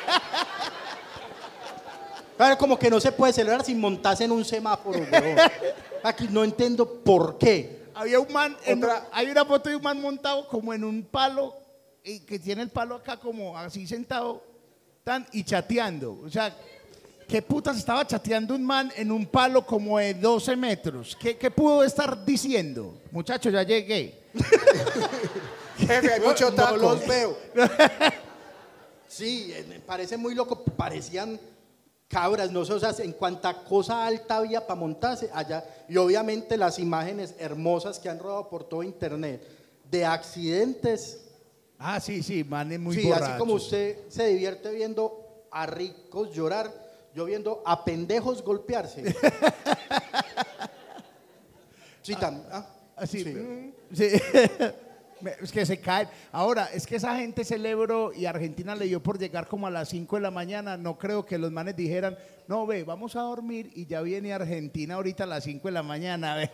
Claro, como que no se puede celebrar sin montarse en un semáforo, weón. Aquí no entiendo por qué. Había un man, en- Otra- hay una foto de un man montado como en un palo y que tiene el palo acá como así sentado tan, y chateando. O sea, ¿qué putas estaba chateando un man en un palo como de doce metros? ¿Qué, qué pudo estar diciendo? Muchachos, ya llegué. Jefe, hay mucho No taco. los veo. Sí, eh, me parece muy loco. Parecían cabras, no sé, o sea, en cuanta cosa alta había para montarse allá. Y obviamente las imágenes hermosas que han rodado por todo internet de accidentes. Ah, sí, sí, man es muy Sí, borracho. así como usted se divierte viendo a ricos llorar, yo viendo a pendejos golpearse. Sí, tam- ah, Así, sí. mm, sí. Me- Es que se caen. Ahora, es que esa gente celebró y Argentina le dio por llegar como a las cinco de la mañana. No creo que los manes dijeran, no, ve, vamos a dormir y ya viene Argentina ahorita a las cinco de la mañana. ve".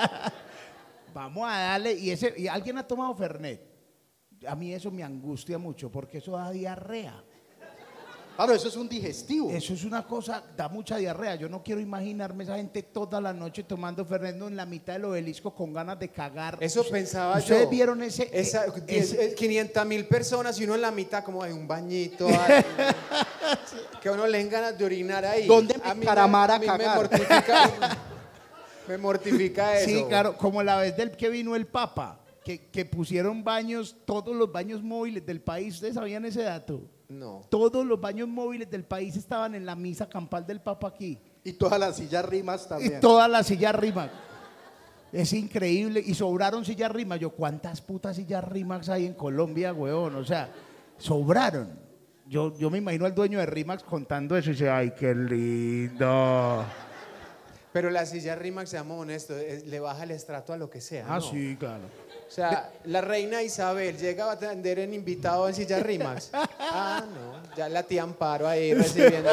Vamos a darle. Y, ese, y alguien ha tomado Fernet. A mí eso me angustia mucho porque eso da diarrea. Claro, eso es un digestivo. Eso es una cosa, da mucha diarrea. Yo no quiero imaginarme esa gente toda la noche tomando Fernet en la mitad del obelisco con ganas de cagar. Eso Usted- pensaba ¿Ustedes yo. vieron ese? Esa, eh, diez- ese- eh, quinientas mil personas y uno en la mitad como hay un bañito. ay, que a uno le den ganas de orinar ahí. ¿Dónde me A mí encaramar a mí cagar? Me mortifica, me mortifica eso. Sí, claro, como la vez del que vino el Papa, que, que pusieron baños, todos los baños móviles del país. ¿Ustedes sabían ese dato? No. Todos los baños móviles del país estaban en la misa campal del Papa aquí. Y todas las sillas rimas Y también. todas las sillas rimas. Es increíble. Y sobraron sillas rimas. Yo, ¿cuántas putas sillas rimas hay en Colombia, weón? O sea, sobraron. Yo, yo me imagino al dueño de Rimax contando eso y dice, ay, qué lindo. Pero la silla Rimax, seamos honestos, es- le baja el estrato a lo que sea. Ah, ¿no? sí, claro. O sea, la reina Isabel llega a atender en invitado en silla Rimax. Ah, no. Ya la tía Amparo ahí recibiendo.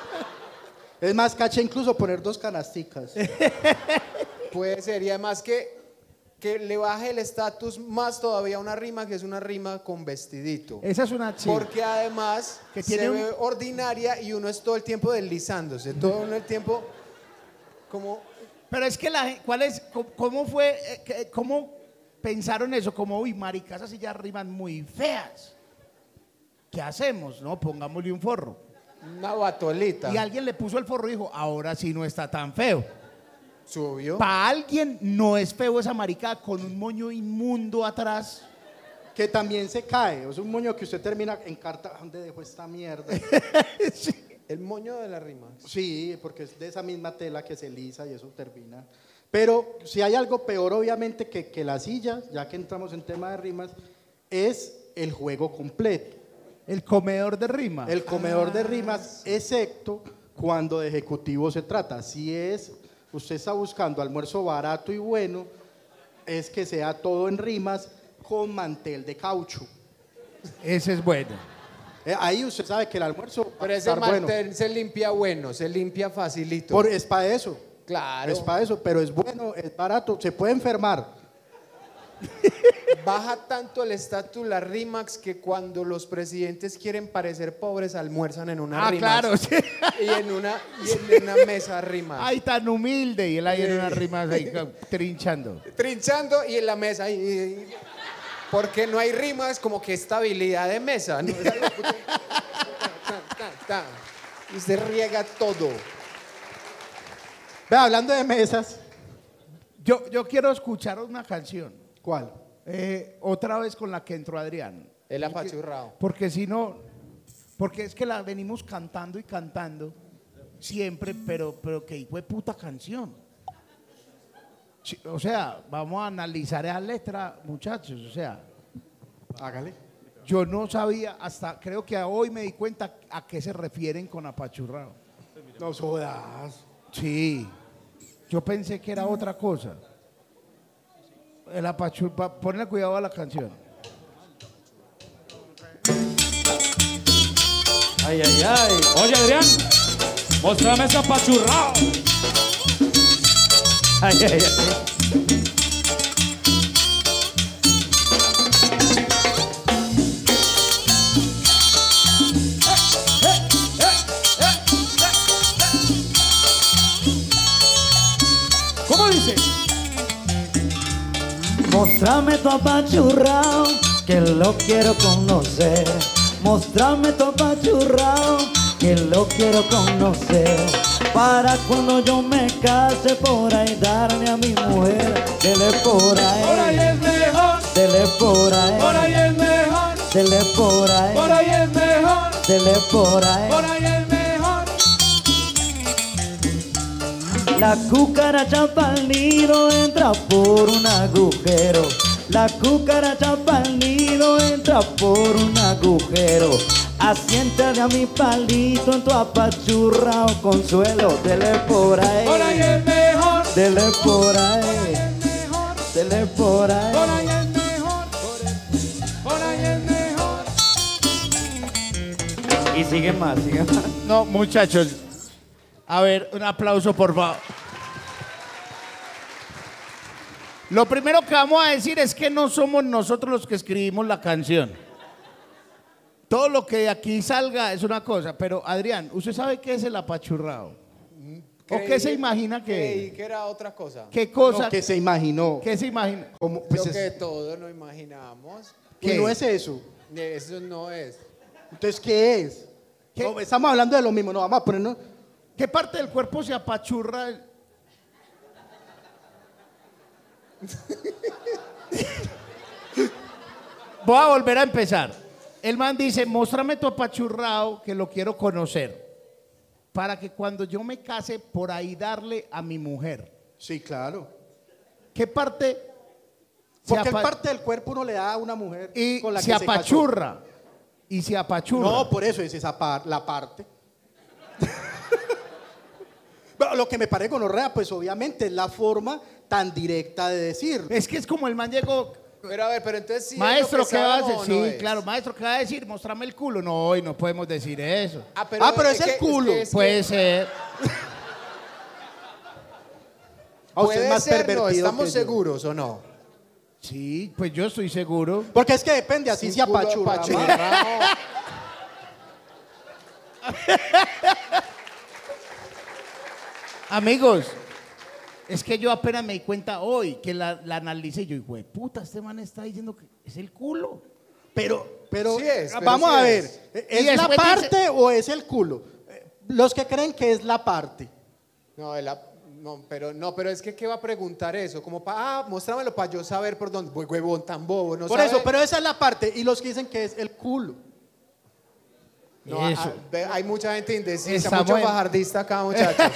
Es más, caché incluso poner dos canasticas. Puede ser. Y además que, que le baje el estatus más todavía a una rima que es una rima con vestidito. Esa es una chica. Porque además Que se tiene un- ve ordinaria y uno es todo el tiempo deslizándose, todo uno el tiempo como... Pero es que la gente, ¿cuál es, cómo, cómo fue, eh, que- cómo pensaron eso? Como, uy, marica, esas sillas riman muy feas. ¿Qué hacemos? No, pongámosle un forro. Una batolita. Y alguien le puso el forro y dijo, ahora sí no está tan feo. Subió. Para alguien no es feo esa marica con un moño inmundo atrás. Que también se cae. Es un moño que usted termina en carta. ¿Dónde dejó esta mierda? El moño de la rima. Sí, porque es de esa misma tela que se lisa y eso termina. Pero si hay algo peor, obviamente, que, que la silla, ya que entramos en tema de rimas, es el juego completo. El comedor de rima. El comedor de rimas, excepto cuando de ejecutivo se trata. Si es, usted está buscando almuerzo barato y bueno, es que sea todo en rimas con mantel de caucho. Ese es bueno. Eh, ahí usted sabe que el almuerzo va Pero a ese estar bueno. mantel se limpia bueno, se limpia facilito. Por, es para eso. Claro. Es para eso, pero es bueno, es barato, se puede enfermar. Baja tanto el estatus la Rimax que cuando los presidentes quieren parecer pobres almuerzan en una Ah, Rimax. claro, sí. Y en una, y en una mesa Rimax. Ay, tan humilde. Y él ahí en una rima ahí trinchando. Trinchando y en la mesa. Y, y- porque no hay rimas como que estabilidad de mesa. ¿no? Es algo puto- ta, ta, ta. Y se riega todo. Vea, hablando de mesas, Yo, yo quiero escuchar una canción. ¿cuál? Eh, otra vez con la que entró Adrián. El apachurrado. Porque si no, porque es que la venimos cantando y cantando siempre, pero, pero que hijo de puta canción. Sí, o sea, vamos a analizar esa letra, muchachos. O sea, Hágale. yo no sabía, hasta creo que hoy me di cuenta a qué se refieren con apachurrado. No jodas. Sí, yo pensé que era otra cosa. El apachurra, ponle cuidado a la canción. Ay, ay, ay. Oye, Adrián, mostrame ese apachurrado. Ay, ay, ay. ¿Cómo dice? Mostrame tu apachurrao, que lo quiero conocer. Mostrame tu apachurrao, que lo quiero conocer. Para cuando yo me case por ahí darme a mi mujer. Dele por ahí, Por ahí es mejor. dele por ahí, Por ahí es mejor. dele por ahí, Por ahí es mejor. dele por ahí. Por ahí es mejor. La cucaracha pa'l nido entra por un agujero. La cucaracha pa'l nido entra por un agujero. Asiéntate a mi palito en tu apachurrao consuelo. Dele por ahí, Por ahí es mejor. dele por ahí, dele por ahí. Por ahí es mejor. Por ahí es mejor. Y sigue más, sigue más. No, muchachos. A ver, un aplauso, por favor. Lo primero que vamos a decir es que no somos nosotros los que escribimos la canción. Todo lo que de aquí salga es una cosa. Pero, Adrián, ¿usted sabe qué es el apachurrado? ¿O qué se imagina que Creí es? que era otra cosa. ¿Qué cosa? No, que se imaginó. ¿Qué se imagina? Como, pues Lo es- que todos nos imaginamos. ¿qué no es eso? Eso no es. Entonces, ¿qué es? ¿Qué? No, estamos hablando de lo mismo, no, vamos a ponernos... ¿Qué parte del cuerpo se apachurra? Voy a volver a empezar. El man dice, muéstrame tu apachurrado que lo quiero conocer. Para que cuando yo me case, por ahí darle a mi mujer. Sí, claro. ¿Qué parte? se Porque el apa- parte del cuerpo uno le da a una mujer y con la se que se casó. apachurra. Y se apachurra. No, por eso es esa par- la parte. Pero lo que me parece gonorrea, pues obviamente es la forma tan directa de decir. Es que es como el man llegó. Pero a ver, pero entonces sí. Maestro, es lo que ¿qué va a sabemos hacer? o no Sí, es? claro, maestro, ¿qué va a decir? Mostrame el culo. No, hoy no podemos decir eso. Ah, pero, Ah, pero es el que- culo. que- es que Puede ser. A usted Puede es más ser, no, pervertido ¿estamos que yo. seguros o no? Sí, pues yo estoy seguro. Porque es que depende, así Un se culo apachurra. ma. apachurrado. Amigos, es que yo apenas me di cuenta hoy que la, la analicé y yo digo, puta, este man está diciendo que es el culo. Pero, pero, Sí es, pero vamos sí a es. ver, Y ¿es la después parte dice- o es el culo? Eh, Los que creen que es la parte. No, de la- no, pero, no, pero es que ¿qué va a preguntar eso? Como para, ah, muéstramelo para yo saber por dónde. Hue- Huevón tan bobo, ¿no Por sabe? eso, pero esa es la parte. Y los que dicen que es el culo. No, Eso. ah, ve, hay mucha gente indecisa, Estamos mucho en- bajardista acá, muchachos.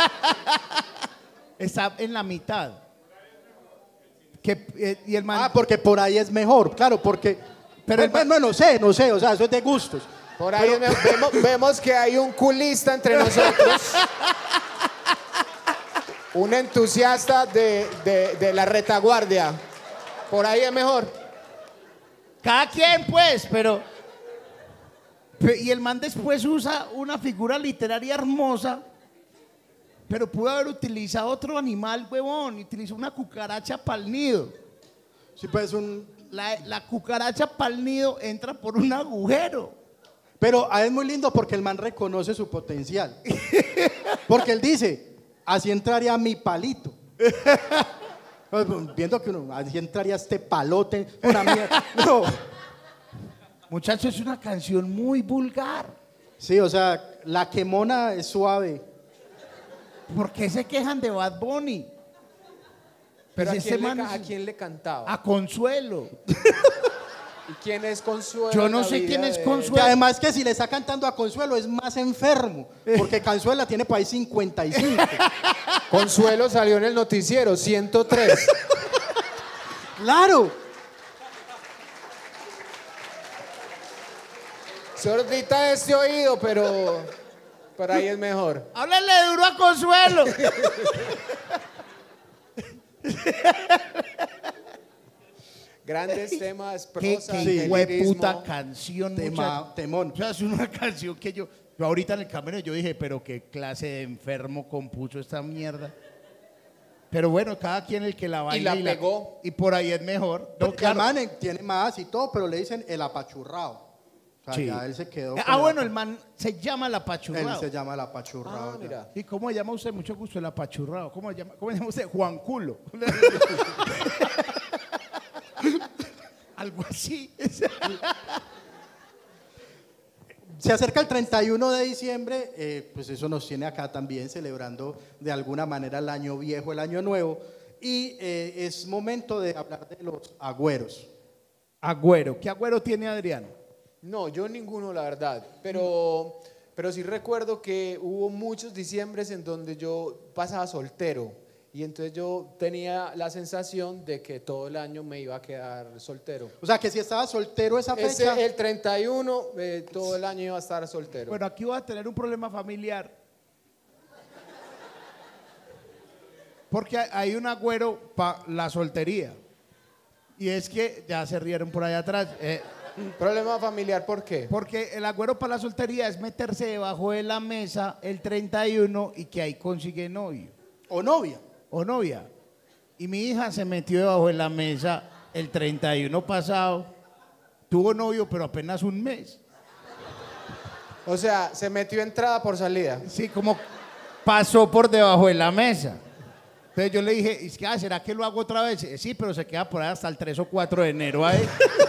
Está en la mitad. Que, eh, y el man, Ah, porque por ahí es mejor, claro, porque... Pero Pero el- no, no sé, no sé, o sea, eso es de gustos. Por ahí me- vemos, vemos que hay un culista entre nosotros. Un entusiasta de, de- de la retaguardia. Por ahí es mejor. cada quien pues, pero... pe- Y el man después usa una figura literaria hermosa, pero pudo haber utilizado otro animal, huevón. Utilizó una cucaracha pa'l nido. Sí, pues un... La, la cucaracha pa'l nido entra por un agujero. Pero ah, es muy lindo porque el man reconoce su potencial. Porque él dice, así entraría mi palito. Pues, viendo que uno, así entraría este palote, una mierda. No. Muchachos, es una canción muy vulgar. Sí, o sea, la quemona es suave. ¿Por qué se quejan de Bad Bunny? Pero Pues ¿a, quién ese le, man ca- es- ¿a quién le cantaba? A Consuelo. ¿Y quién es Consuelo? Yo en no la sé vida quién es de- Y Consuelo. además que si le está cantando a Consuelo es más enfermo. Porque Consuela tiene por ahí cincuenta y cinco. Consuelo salió en el noticiero, ciento tres. Claro. Sordita este oído, pero por ahí es mejor. Háblale duro a Consuelo. Grandes temas, Qué, prosa, qué sí, hueputa canción, Tema- muchacho. temón. O sea, es una canción que yo, yo ahorita en el camino yo dije, pero qué clase de enfermo compuso esta mierda. Pero bueno, cada quien el que la baila la pegó. y por ahí es mejor. No, Porque claro. el man eh, tiene más y todo, pero le dicen el apachurrado. O sea, Sí. ya él se quedó. Ah, con bueno, apa- el man se llama el Él apachurrado. se llama el apachurrado. Ah, ya. mira. ¿Y cómo se llama usted? Mucho gusto, el apachurrado. ¿Cómo se llama, cómo se llama usted? Juan Culo. Algo así. Se acerca el treinta y uno de diciembre, eh, pues eso nos tiene acá también celebrando de alguna manera el año viejo, el año nuevo, y eh, es momento de hablar de los agüeros. Agüero. ¿Qué agüero tiene Adrián? No, yo ninguno, la verdad. Pero, pero sí recuerdo que hubo muchos diciembres en donde yo pasaba soltero. Y entonces yo tenía la sensación de que todo el año me iba a quedar soltero. O sea, que si estaba soltero esa fecha, Ese, el treinta y uno, eh, todo el año iba a estar soltero. Bueno, aquí voy a tener un problema familiar. Porque hay un agüero para la soltería. Y es que, ya se rieron por allá atrás, eh, ¿Problema familiar por qué? porque el agüero para la soltería es meterse debajo de la mesa el treinta y uno y que ahí consigue novio o novia. o novia. Y mi hija se metió debajo de la mesa el treinta y uno pasado, tuvo novio pero apenas un mes. O sea, se metió entrada por salida. Sí, como pasó por debajo de la mesa. Entonces yo le dije, es que, ah, ¿será que lo hago otra vez? Eh, Sí, pero se queda por ahí hasta el tres o cuatro de enero ahí.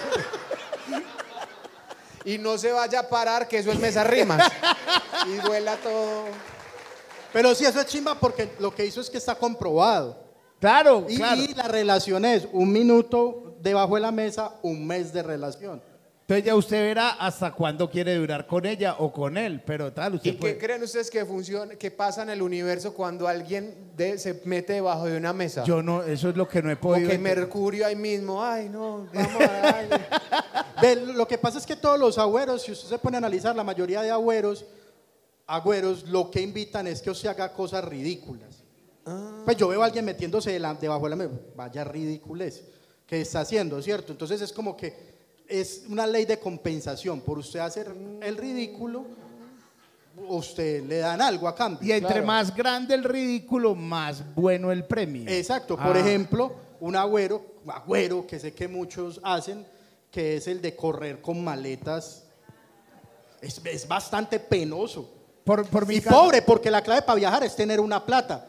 Y no se vaya a parar, que eso es mesa rimas. Y duela todo. Pero sí, eso es chimba porque lo que hizo es que está comprobado. Claro, Y, claro. y la relación es un minuto debajo de la mesa, un mes de relación. Entonces ya usted verá hasta cuándo quiere durar con ella o con él, pero tal, usted ¿Y qué puede... creen ustedes que funciona, que pasa en el universo cuando alguien de- se mete debajo de una mesa? Yo no, eso es lo que no he Como podido... que entender. Mercurio ahí mismo, ay no, vamos a darle. Ve, lo que pasa es que todos los agüeros, si usted se pone a analizar, la mayoría de agüeros, agüeros lo que invitan es que usted haga cosas ridículas. Pues yo veo a alguien metiéndose de la- debajo de la mesa, vaya ridiculez que está haciendo, ¿cierto? Entonces es como que es una ley de compensación. Por usted hacer el ridículo, usted le dan algo a cambio. Y entre Claro. más grande el ridículo, más bueno el premio. Exacto, por Ah. ejemplo, un agüero, un agüero que sé que muchos hacen, que es el de correr con maletas, es, es bastante penoso. Por, por mi Y caso- pobre, porque la clave para viajar es tener una plata.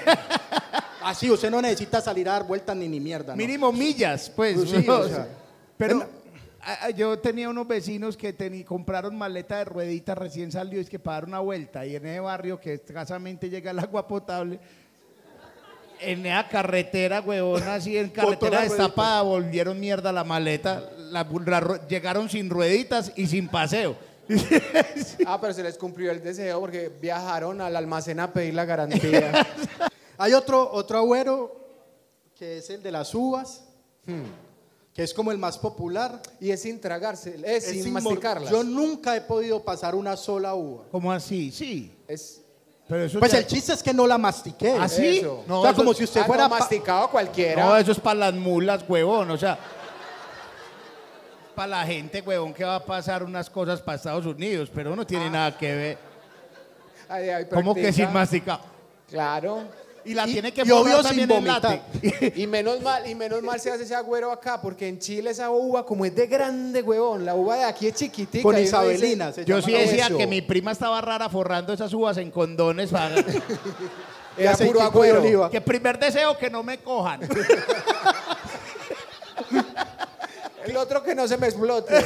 Así, usted no necesita salir a dar vueltas ni ni mierda. ¿no? Mínimo millas, pues. Pues sí, ¿no? o sea, Pero en- a- a- yo tenía unos vecinos que teni- compraron maleta de rueditas recién salió, es que para dar una vuelta. Y en ese barrio que escasamente llega el agua potable, en esa carretera, huevón, así en Botó carretera la ruedita. destapada, volvieron mierda la maleta. La- la ru- llegaron sin rueditas y sin paseo. Ah, pero se les cumplió el deseo porque viajaron al almacén a pedir la garantía. Hay otro, otro agüero que es el de las uvas, que es como el más popular. Y es sin tragarse, es, Es sin sin mor- masticarlas. Yo nunca he podido pasar una sola uva. ¿Cómo así? Sí. Es Pero eso Pues ya- el chiste es que no la mastiqué. ¿Ah, sí? eso. No, o sea, eso- como si usted Ah, no, fuera... pa- masticado cualquiera. No, eso es para las mulas, huevón, o sea, para la gente, huevón, que va a pasar unas cosas para Estados Unidos, pero no tiene nada que ver. Ay, ay, ¿Cómo que practica. sin masticado? Claro. Y la Y- tiene que y obvio formar sin también en vomitar. late. Y menos mal, y menos mal se hace ese agüero acá, porque en Chile esa uva, como es de grande, huevón, la uva de aquí es chiquitica. Con y uno dice- Isabelina. se Yo llama sí la uva. decía Eso. que mi prima estaba rara forrando esas uvas en condones para... Era aceitico puro de agüero. oliva. que primer deseo que no me cojan. El otro que no se me explote.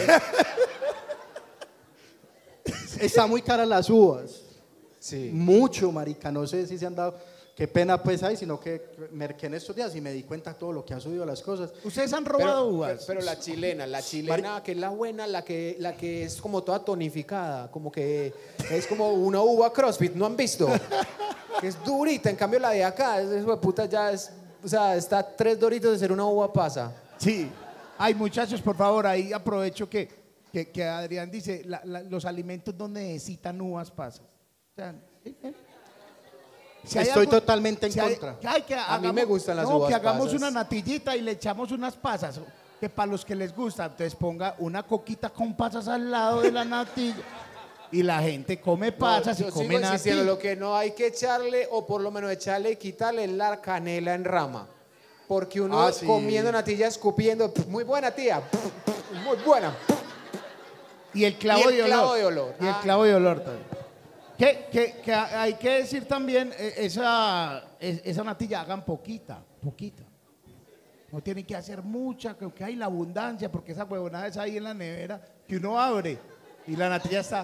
Está muy cara las uvas. Sí. Mucho, marica. No sé si se han dado... Qué pena pues ahí, sino que merqué en estos días y me di cuenta todo lo que ha subido las cosas. ¿Ustedes han Pero, robado pero, uvas? pero la chilena, la chilena que es la buena, la que, la que es como toda tonificada, como que es como una uva CrossFit, ¿no han visto? Que es durita, en cambio la de acá, es, es, puta, ya es, o sea, está tres doritos de ser una uva pasa. Sí. Ay, muchachos, por favor, ahí aprovecho que, que, que Adrián dice, la- la- los alimentos no necesitan uvas pasas. O sea, ¿sí? ¿eh? Si hay Estoy algo- totalmente en si hay- contra. que hay que A mí hagamos- me gustan las no, uvas que hagamos pasas. una natillita y le echamos unas pasas. que para los que les gusta, entonces ponga una coquita con pasas al lado de la natilla y la gente come pasas No, y yo come sigo insistiendo, natilla. lo que no hay que echarle, o por lo menos echarle y quitarle la canela en rama. Porque uno Ah, sí. comiendo natilla, escupiendo, "Pff, muy buena tía, pff, pff, muy buena. Y el clavo, Y el de, clavo olor. de olor. Y el Ah. clavo de olor también. Que, que, que hay que decir también, eh, esa, es- esa natilla hagan poquita, poquita. No tienen que hacer mucha, que, que hay la abundancia, porque esa huevonada es ahí en la nevera, que uno abre y la natilla está.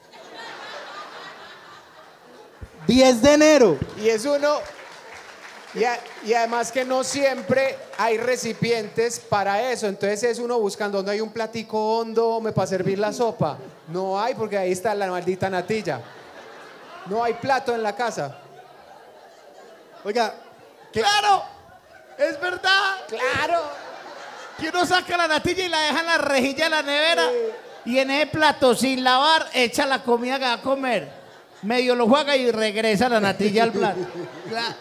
diez de enero. Y es uno, y, a- y además que no siempre hay recipientes para eso, entonces es uno buscando donde hay un platico hondo me para servir la sopa. No hay, porque ahí está la maldita natilla. No hay plato en la casa. Oiga, ¡Claro! ¡Es verdad! ¡Claro! Que uno saca la natilla y la deja en la rejilla de la nevera y en ese plato sin lavar echa la comida que va a comer. Medio lo juega y regresa la natilla al plato. Claro.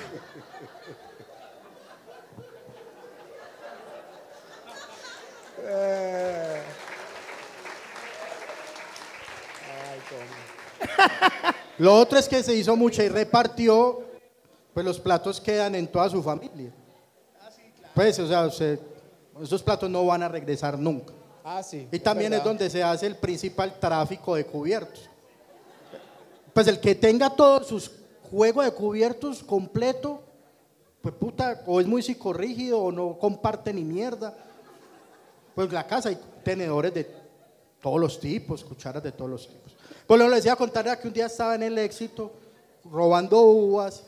lo otro es que se hizo mucha y repartió, pues los platos quedan en toda su familia. Pues, o sea, usted- esos platos no van a regresar nunca. Ah, sí. Y también es verdad. donde se hace el principal tráfico de cubiertos. Pues el que tenga todos sus juegos de cubiertos completo, pues puta, o es muy psicorrígido o no comparte ni mierda. Pues la casa hay tenedores de todos los tipos, cucharas de todos los tipos. Pues lo que les iba a contar era que un día estaba en el Éxito robando uvas.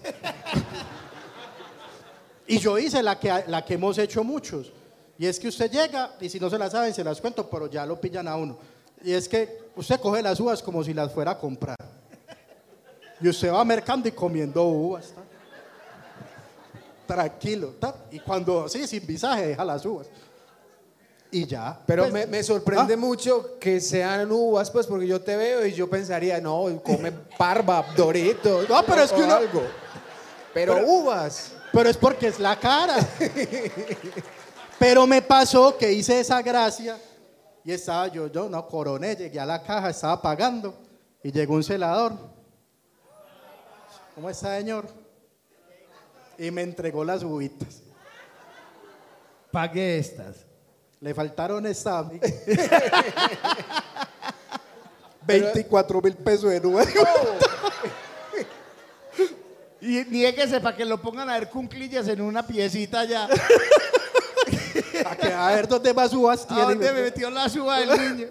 Y yo hice la que, la que hemos hecho muchos. Y es que usted llega, y si no se las saben, se las cuento, pero ya lo pillan a uno. Y es que usted coge las uvas como si las fuera a comprar. Y usted va mercando y comiendo uvas. ¿tá? Tranquilo. ¿tá? Y cuando, sí, sin visaje, deja las uvas. Y ya. Pero Pues, me, me sorprende ah, mucho que sean uvas, pues, porque yo te veo y yo pensaría, no, come parva, doritos. No, pero es o que uno- algo. Pero, Pero- uvas. Pero es porque es la cara. Pero me pasó que hice esa gracia y estaba yo, yo no coroné, llegué a la caja, estaba pagando y llegó un celador. ¿Cómo está, señor? Y me entregó las uvitas. Pague estas. Le faltaron esta a mí. veinticuatro mil pesos de uvas. Y niéguese para que lo pongan a ver cunclillas en una piecita ya. A, que- a ver dónde más uvas ¿A tiene. dónde me metió la suba del niño?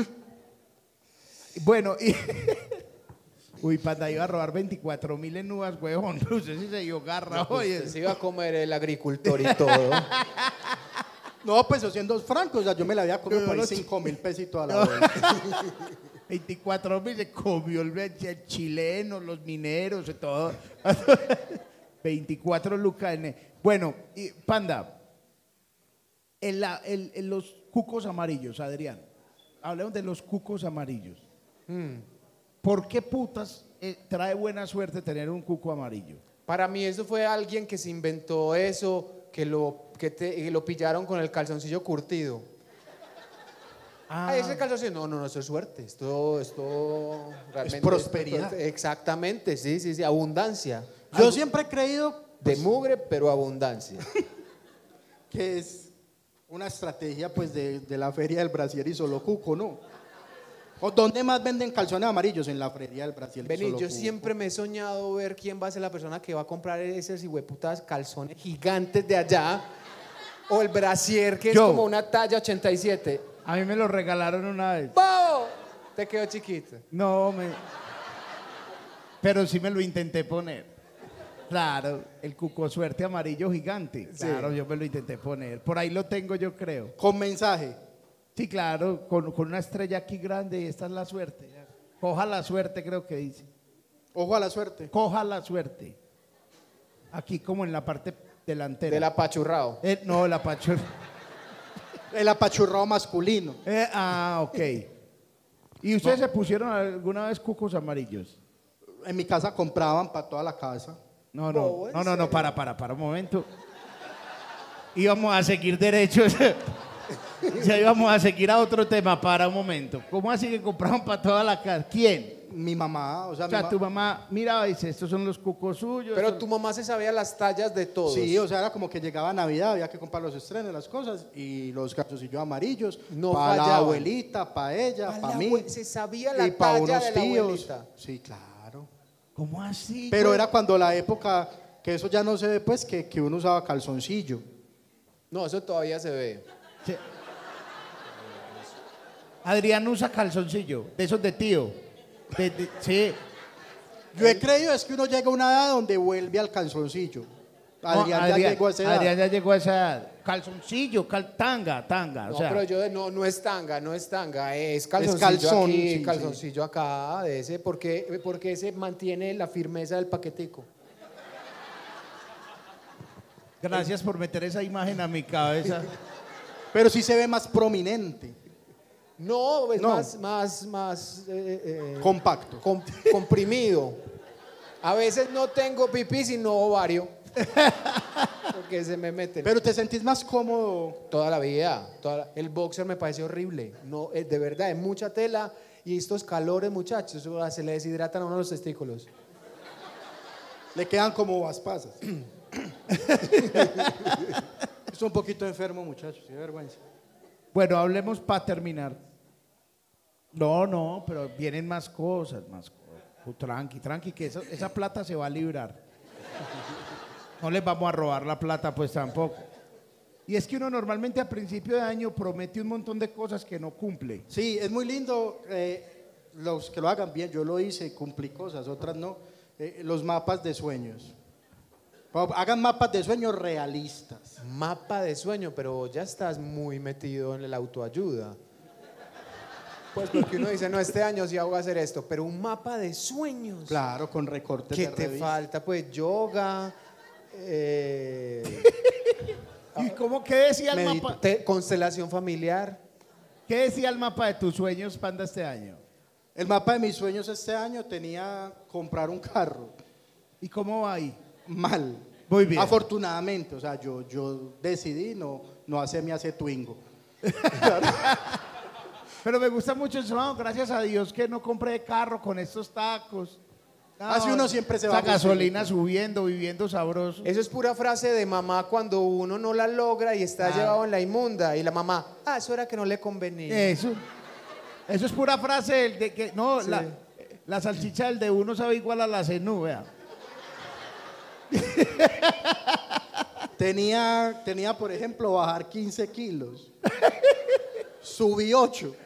Bueno, y... Uy, Panda iba a robar veinticuatro mil en uvas, huevón. No sé si se dio garra hoy. Usted se iba a comer el agricultor y todo. No, pues siendo francos, o sea, yo me la había comido No, por ahí no, cinco mil pesitos a la bolsa. veinticuatro mil se comió el, el chileno, los mineros y todo. veinticuatro lucas. en- Bueno, y, Panda, en, la- en- en los cucos amarillos, Adrián, hablemos de los cucos amarillos. ¿Por qué putas eh, trae buena suerte tener un cuco amarillo? Para mí eso fue alguien que se inventó eso, que lo, que te- que lo pillaron con el calzoncillo curtido. Ah, ese calzoncillo. No, no, no, eso es suerte. Esto, esto realmente. prosperidad. esto- exactamente, sí, sí, sí. Abundancia. Yo siempre he creído De mugre, pero abundancia. que es una estrategia pues de, de la feria del Brasier y solo cuco, ¿no? ¿O dónde más venden calzones amarillos? En la feria del Brasier y Vení, solo yo cuco. siempre me he soñado ver quién va a ser la persona que va a comprar esos hijueputas calzones gigantes de allá. O el brasier, que Yo. es como una talla ochenta y siete. A mí me lo regalaron una vez. ¡Bobo! Te quedó chiquito. No, me... Pero sí me lo intenté poner. Claro, el cuco suerte amarillo gigante. Claro, yo me lo intenté poner. Por ahí lo tengo, yo creo. Con mensaje. Sí, claro, con, con una estrella aquí grande y esta es la suerte. Coja la suerte, creo que dice. Ojo a la suerte. Coja la suerte. Aquí como en la parte delantera. Del apachurrado. Eh, no, la pacho. El apachurrado masculino. Eh, ah, ok. ¿Y ustedes se pusieron alguna vez cucos amarillos? En mi casa compraban para toda la casa. No, no, No, ¿en no, no, no, serio? para, para, para un momento. Íbamos a seguir derechos. Ya íbamos a seguir a otro tema para un momento. ¿Cómo así que compraron para toda la casa? ¿Quién? Mi mamá, o sea, O sea, mi tu ma- mamá miraba y dice, estos son los cucos suyos. Pero son- tu mamá se sabía las tallas de todos. Sí, o sea, era como que llegaba Navidad, había que comprar los estrenos, las cosas, y los calzoncillos amarillos, No para la fallaban. abuelita, para ella, Pa' para la mí. abue- se sabía la y para talla unos de la tíos. abuelita. Sí, claro. ¿Cómo así? Pero güey? era cuando la época, que eso ya no se ve, pues, que, que uno usaba calzoncillo. No, eso todavía se ve. Sí. Adrián usa calzoncillo, de esos de tío. De- de- sí. Yo he creído es que uno llega a una edad donde vuelve al calzoncillo. Adrián, No, ya llegó a esa edad. Adrián ya llegó a esa edad. Calzoncillo, cal- tanga, tanga. No, o sea, pero yo de- no, no es tanga, no es tanga, es calzoncillo calzón, aquí, sí, calzoncillo acá, de ese, porque, porque ese mantiene la firmeza del paquetico. gracias por meter esa imagen a mi cabeza. Pero sí se ve más prominente, No, es No. más, más, más eh, eh, compacto. com- comprimido. A veces no tengo pipí sino ovario, porque se me meten. Pero te sentís más cómodo. Toda la vida, toda la- el boxer me parece horrible. No, es de verdad, es mucha tela y estos calores, muchachos, eso, se le deshidratan a uno los testículos. Le quedan como vaspasas. Es un poquito enfermo, muchachos, qué vergüenza. Bueno, hablemos para terminar. No, no, pero vienen más cosas, más cosas. Uh, Tranqui, tranqui, que esa, esa plata se va a librar. No les vamos a robar la plata, pues tampoco. Y es que uno normalmente a principio de año promete un montón de cosas que no cumple. Sí, es muy lindo eh, los que lo hagan bien. Yo lo hice, cumplí cosas, otras no. Eh, los mapas de sueños. Hagan mapas de sueños realistas. Mapa de sueño, pero ya estás muy metido en la autoayuda. Pues porque uno dice, no, este año sí hago hacer esto, pero un mapa de sueños. Claro, con recortes ¿Qué de te revista. falta? Pues yoga, eh, ¿Y cómo qué decía el Medito. mapa? te- constelación familiar. ¿Qué decía el mapa de tus sueños, Panda, este año? El mapa de mis sueños este año tenía comprar un carro. ¿Y cómo va ahí? Mal. Muy bien. Afortunadamente, o sea, yo, yo decidí no, no hacerme hace Twingo. Pero me gusta mucho eso, no, gracias a Dios que no compré carro con estos tacos. No, Así uno siempre se va esa a gasolina subiendo, viviendo sabroso. Eso es pura frase de mamá cuando uno no la logra y está Ah. llevado en la inmunda. Y la mamá, ah, eso era que no le convenía. Eso. Eso es pura frase del de que, no, Sí. la, la salchicha del de uno sabe igual a la cenú, vea. Tenía, tenía, por ejemplo, bajar quince kilos. Subí ocho.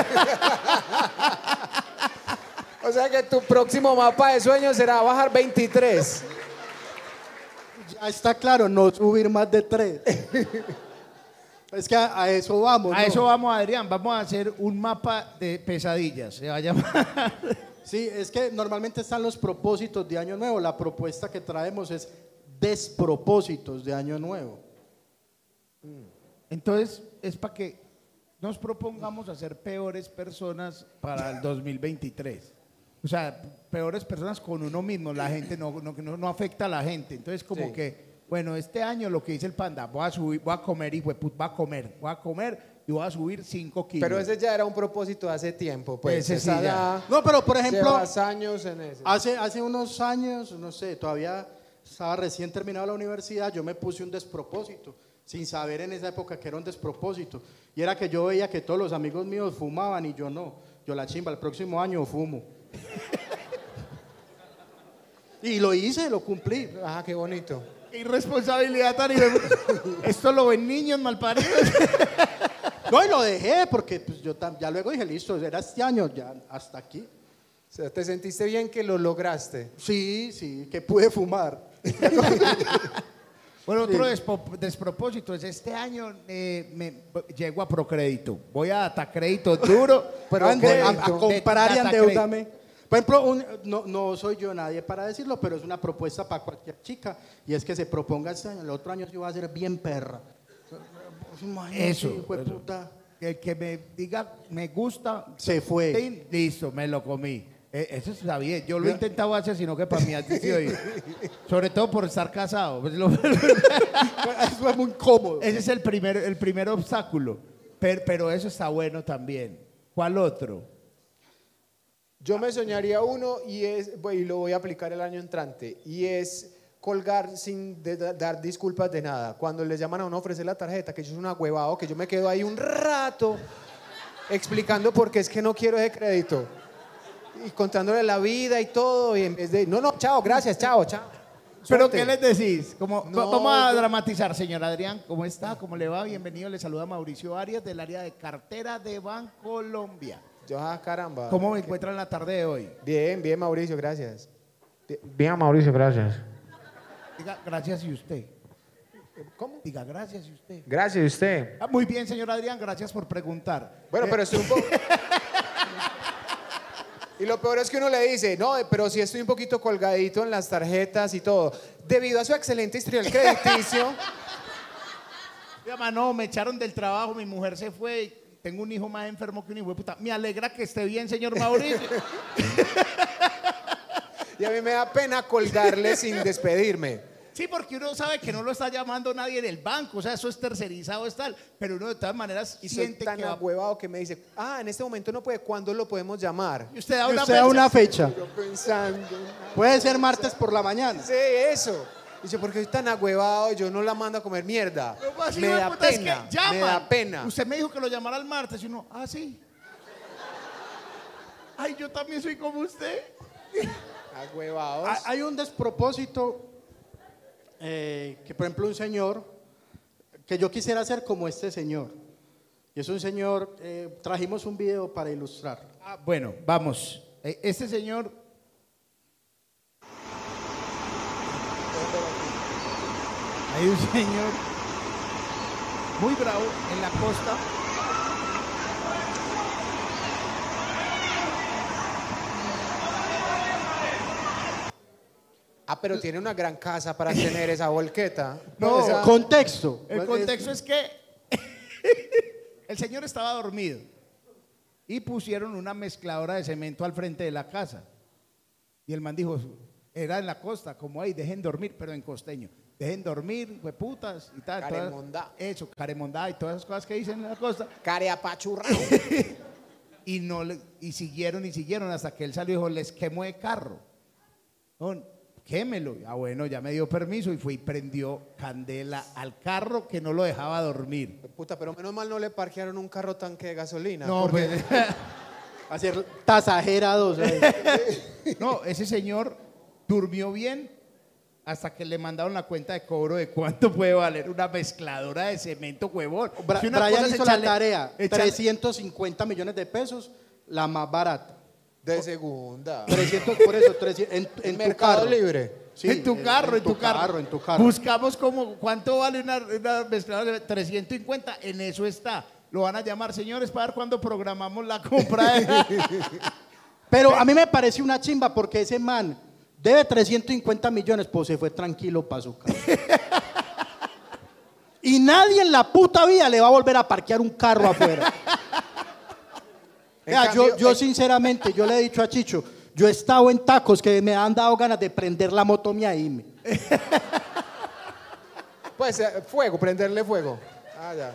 O sea que tu próximo mapa de sueños será bajar veintitrés. Ya está claro, no subir más de tres. Es que a, a eso vamos. A ¿no? eso vamos, Adrián, vamos a hacer un mapa de pesadillas, se va a llamar. Sí, es que normalmente están los propósitos de Año Nuevo. La propuesta que traemos es despropósitos de Año Nuevo. Entonces, es para que nos propongamos a ser peores personas para el dos mil veintitrés. O sea, peores personas con uno mismo. La gente no, no, no, no afecta a la gente. Entonces, como Sí. que, bueno, este año lo que dice el Panda, voy a subir, voy a comer, hijo de puta, voy a comer, voy a comer y voy a subir cinco kilos. Pero ese ya era un propósito de hace tiempo. Pues Ese sí esa ya. ya No, pero por ejemplo, llevas años en eso. hace, hace unos años, no sé, todavía estaba recién terminado la universidad, yo me puse un despropósito, sin saber en esa época que era un despropósito. Y era que yo veía que todos los amigos míos fumaban y yo no. Yo la chimba, el próximo año fumo. Y lo hice, lo cumplí. Ajá, qué bonito. Qué irresponsabilidad tan hijo de puta. Esto lo ven niños malparidos. No, y lo dejé porque pues, yo tam- ya luego dije, listo, era este año, ya hasta aquí. O sea, ¿te sentiste bien que lo lograste? Sí, sí, que pude fumar. Bueno, otro despo- despropósito es este año eh, me, llego a Procrédito. Voy a Datacrédito duro. Pero ande- a, a Crédito. comprar y Datacrédito. endeudame. Por ejemplo, un- no, no soy yo nadie para decirlo, pero es una propuesta para cualquier chica y es que se proponga este año, el otro año sí va a ser bien perra. Imagínate, Eso, hijo de eso. puta. El que me diga me gusta, Se fue. tin, listo, me lo comí. Eh, Eso está bien. Yo lo he intentado hacer, sino que para mí ha sido bien. Sobre todo por estar casado. Pues lo- Eso es muy cómodo. Ese es el primer, el primer obstáculo. Pero, pero eso está bueno también. ¿Cuál otro? Yo me soñaría uno y, es, y lo voy a aplicar el año entrante, y es colgar sin de, de, dar disculpas de nada. Cuando les llaman a uno a ofrecer la tarjeta, que yo soy un agüevado, que yo me quedo ahí un rato explicando por qué es que no quiero ese crédito. Y contándole la vida y todo, y en vez de, no, no, chao, gracias, chao, chao. ¿Pero Suerte. qué les decís? Como, No, vamos a yo- dramatizar, señor Adrián. ¿Cómo está? ¿Cómo le va? Bienvenido. Le saluda Mauricio Arias del área de cartera de Bancolombia. Yo, ah, caramba. ¿Cómo me encuentran la tarde de hoy? Bien, bien, Mauricio, gracias. Bien, bien, Mauricio, gracias. Diga gracias y usted. ¿Cómo? Diga gracias y usted. Gracias, ¿y usted? Ah, muy bien, señor Adrián. Gracias por preguntar. Bueno, Eh, pero estoy un poco... Y lo peor es que uno le dice, no, pero si estoy un poquito colgadito en las tarjetas y todo. Debido a su excelente historial crediticio, Llama, no, me echaron del trabajo, mi mujer se fue. Tengo un hijo más enfermo que un hijo de puta. Me alegra que esté bien, señor Mauricio. y a mí me da pena colgarle sin despedirme. Sí, porque uno sabe que no lo está llamando nadie del banco, o sea, eso es tercerizado, es tal, pero uno de todas maneras Y soy siente tan que va... agüevado que me dice, ah, en este momento no puede, ¿cuándo lo podemos llamar? Y usted da Y una usted da fecha. una fecha. Yo pensando, Puede ser martes por la mañana. sí, eso. Dice, porque soy tan agüevado, yo no la mando a comer mierda. Pero así, Me hijo de da puta, es pena, que llaman. me da pena. Usted me dijo que lo llamara el martes y uno, ah, sí. Ay, yo también soy como usted. Agüevados. Ha- Hay un despropósito eh, que, por ejemplo, un señor que yo quisiera ser como este señor. Y es un señor, eh, trajimos un video para ilustrar. Ah, bueno, vamos. Eh, Este señor... Hay un señor muy bravo en la costa. Ah, pero tiene una gran casa para tener esa volqueta. No, Esa- Contexto. El contexto es que el señor estaba dormido y pusieron una mezcladora de cemento al frente de la casa. Y el man dijo, era en la costa, como ahí, dejen dormir, pero en costeño. Dejen dormir, hueputas y tal. todas- Caremondá. Eso, caremondá y todas esas cosas que dicen en la costa. Careapachurrado. Y, no le- y siguieron y siguieron hasta que él salió y dijo, les quemo de carro. No, quémelo. Ah, bueno, ya me dio permiso y fue y prendió candela al carro que no lo dejaba dormir. Puta, pero menos mal no le parquearon un carro tanque de gasolina. No, porque- pues, Hacer tasajera dos. ahí. no, ese señor durmió bien hasta que le mandaron la cuenta de cobro de cuánto puede valer una mezcladora de cemento, huevón. Bra- Si una Brian cosa es hizo la echarle- tarea. echarle- trescientos cincuenta millones de pesos, la más barata. De segunda. trescientos, por eso, trescientos, en, en tu Mercado carro. Libre. Sí, en tu carro, en, tu, carro. En tu carro. Buscamos como cuánto vale una, una mezcladora de trescientos cincuenta, en eso está. Lo van a llamar, señores, para ver cuándo programamos la compra. De... Pero a mí me parece una chimba porque ese man debe trescientos cincuenta millones, pues se fue tranquilo para su casa. Y nadie en la puta vida le va a volver a parquear un carro afuera. En Vea, cambio, yo, yo en- sinceramente, yo le he dicho a Chicho, yo he estado en tacos que me han dado ganas de prender la moto mía y irme. Pues eh, fuego, prenderle fuego. Ah, ya.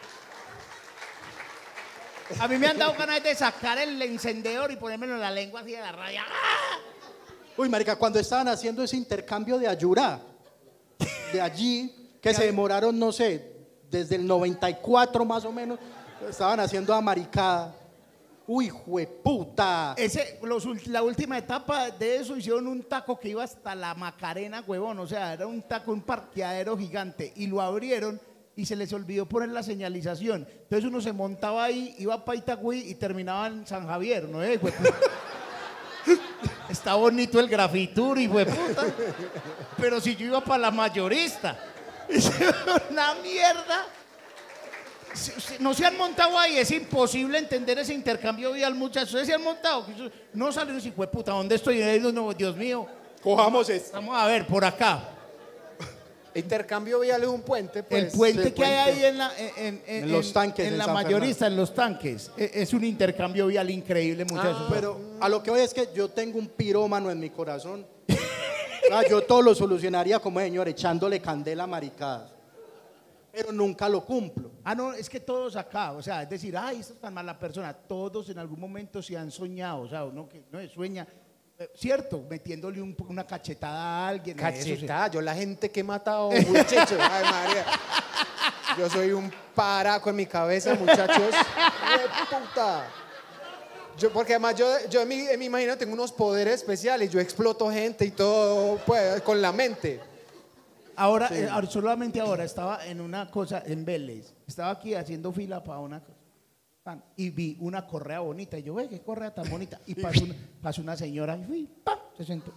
A mí me han dado ganas de sacar el encendedor y ponérmelo en la lengua así de la raya. ¡Ah! Uy, marica, cuando estaban haciendo ese intercambio de Ayurá, de allí, que se demoraron, no sé, desde el noventa y cuatro más o menos, estaban haciendo a maricada. Uy, jueputa. Ese, los ult- la última etapa de eso hicieron un taco que iba hasta la Macarena, huevón. O sea, era un taco, un parqueadero gigante. Y lo abrieron y se les olvidó poner la señalización. Entonces uno se montaba ahí, iba para Itagüí y terminaba en San Javier, ¿no es? Hueputa. Está bonito el grafitur y hueputa. Pero si yo iba para la mayorista, una mierda. Si- si no se han montado ahí, es imposible entender ese intercambio vial, muchachos. Ustedes se han montado, que eso- no salen y hijo de puta, ¿dónde estoy? Ay, no, no, Dios mío. Cojamos esto. Vamos a ver, por acá. Intercambio vial es un puente, pues. El puente sí, que hay puente. ahí en, la, en, en- En los tanques, en en la San mayorista, en los tanques. E- Es un intercambio vial increíble, muchachos. Pero a lo que voy es que yo tengo un pirómano en mi corazón. Ah, yo todo lo solucionaría como señor, echándole candela a maricadas. pero nunca lo cumplo. Ah, no, es que todos acá, o sea, es decir, ay, esta es tan mala persona, todos en algún momento se han soñado, o sea, uno que no sueña, eh, cierto, metiéndole un, una cachetada a alguien. Cachetada, yo la gente que he matado, muchachos, ay María. Yo soy un paraco en mi cabeza, muchachos. ¡Qué puta! Yo, porque además yo, yo en, mi, en mi imaginación tengo unos poderes especiales, yo exploto gente y todo pues, con la mente. Ahora, sí. eh, ahora, solamente ahora estaba en una cosa en Vélez, estaba aquí haciendo fila para una cosa y vi una correa bonita y yo, ve, qué correa tan bonita, y pasó una, pasó una señora y fui, ¡pam!, se sentó.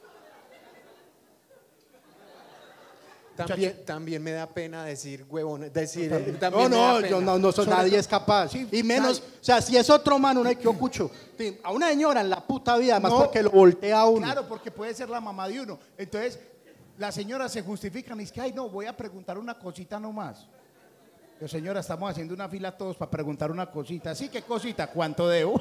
También, también me da pena decir huevón, decir, eh, No, también me no, da pena. yo no, no soy, nadie todo- es capaz. Sí, y menos, nadie. o sea, si es otro man, uno hay que ocucho. Sí, a una señora en la puta vida, además No. porque lo voltea a uno. Claro, porque puede ser la mamá de uno. Entonces, las señoras se justifican y es que, ay, no, voy a preguntar una cosita nomás. Yo, señora, estamos haciendo una fila todos para preguntar una cosita. Sí, ¿qué cosita? ¿Cuánto debo?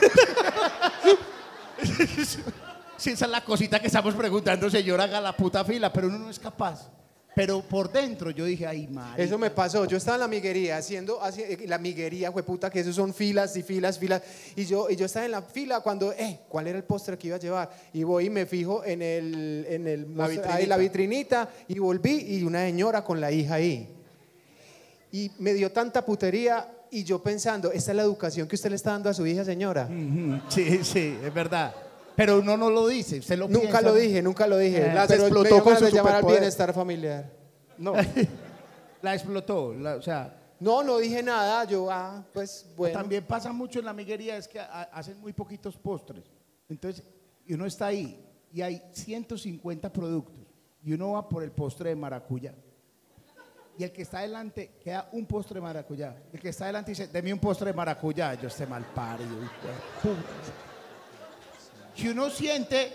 Sí, esa es la cosita que estamos preguntando, señora, haga la puta fila, pero uno no es capaz. Pero por dentro yo dije, ay, madre. Eso me pasó, yo estaba en la miguería, haciendo, haci- la miguería, hueputa, que eso son filas y filas, filas, y yo, y yo estaba en la fila cuando, eh, ¿cuál era el postre que iba a llevar? Y voy y me fijo en el, en el, La ahí vitrinita. la vitrinita, y volví, y una señora con la hija ahí. Y me dio tanta putería, y yo pensando, ¿esta es la educación que usted le está dando a su hija, señora? Ujú, sí, sí, es verdad. Pero uno no lo dice, usted lo Nunca piensa. lo dije, nunca lo dije. Eh, las pero explotó me dio con ganas su de llamar al superpoder. bienestar familiar. No. La explotó, la- o sea... No, no dije nada, yo, ah, pues bueno. También pasa mucho en la miguería, es que ha- hacen muy poquitos postres. Entonces, y uno está ahí y hay ciento cincuenta productos y uno va por el postre de maracuyá. Y el que está adelante queda un postre de maracuyá. El que está adelante dice, deme un postre de maracuyá. Yo esté mal parido. hijo de puta. Si uno siente,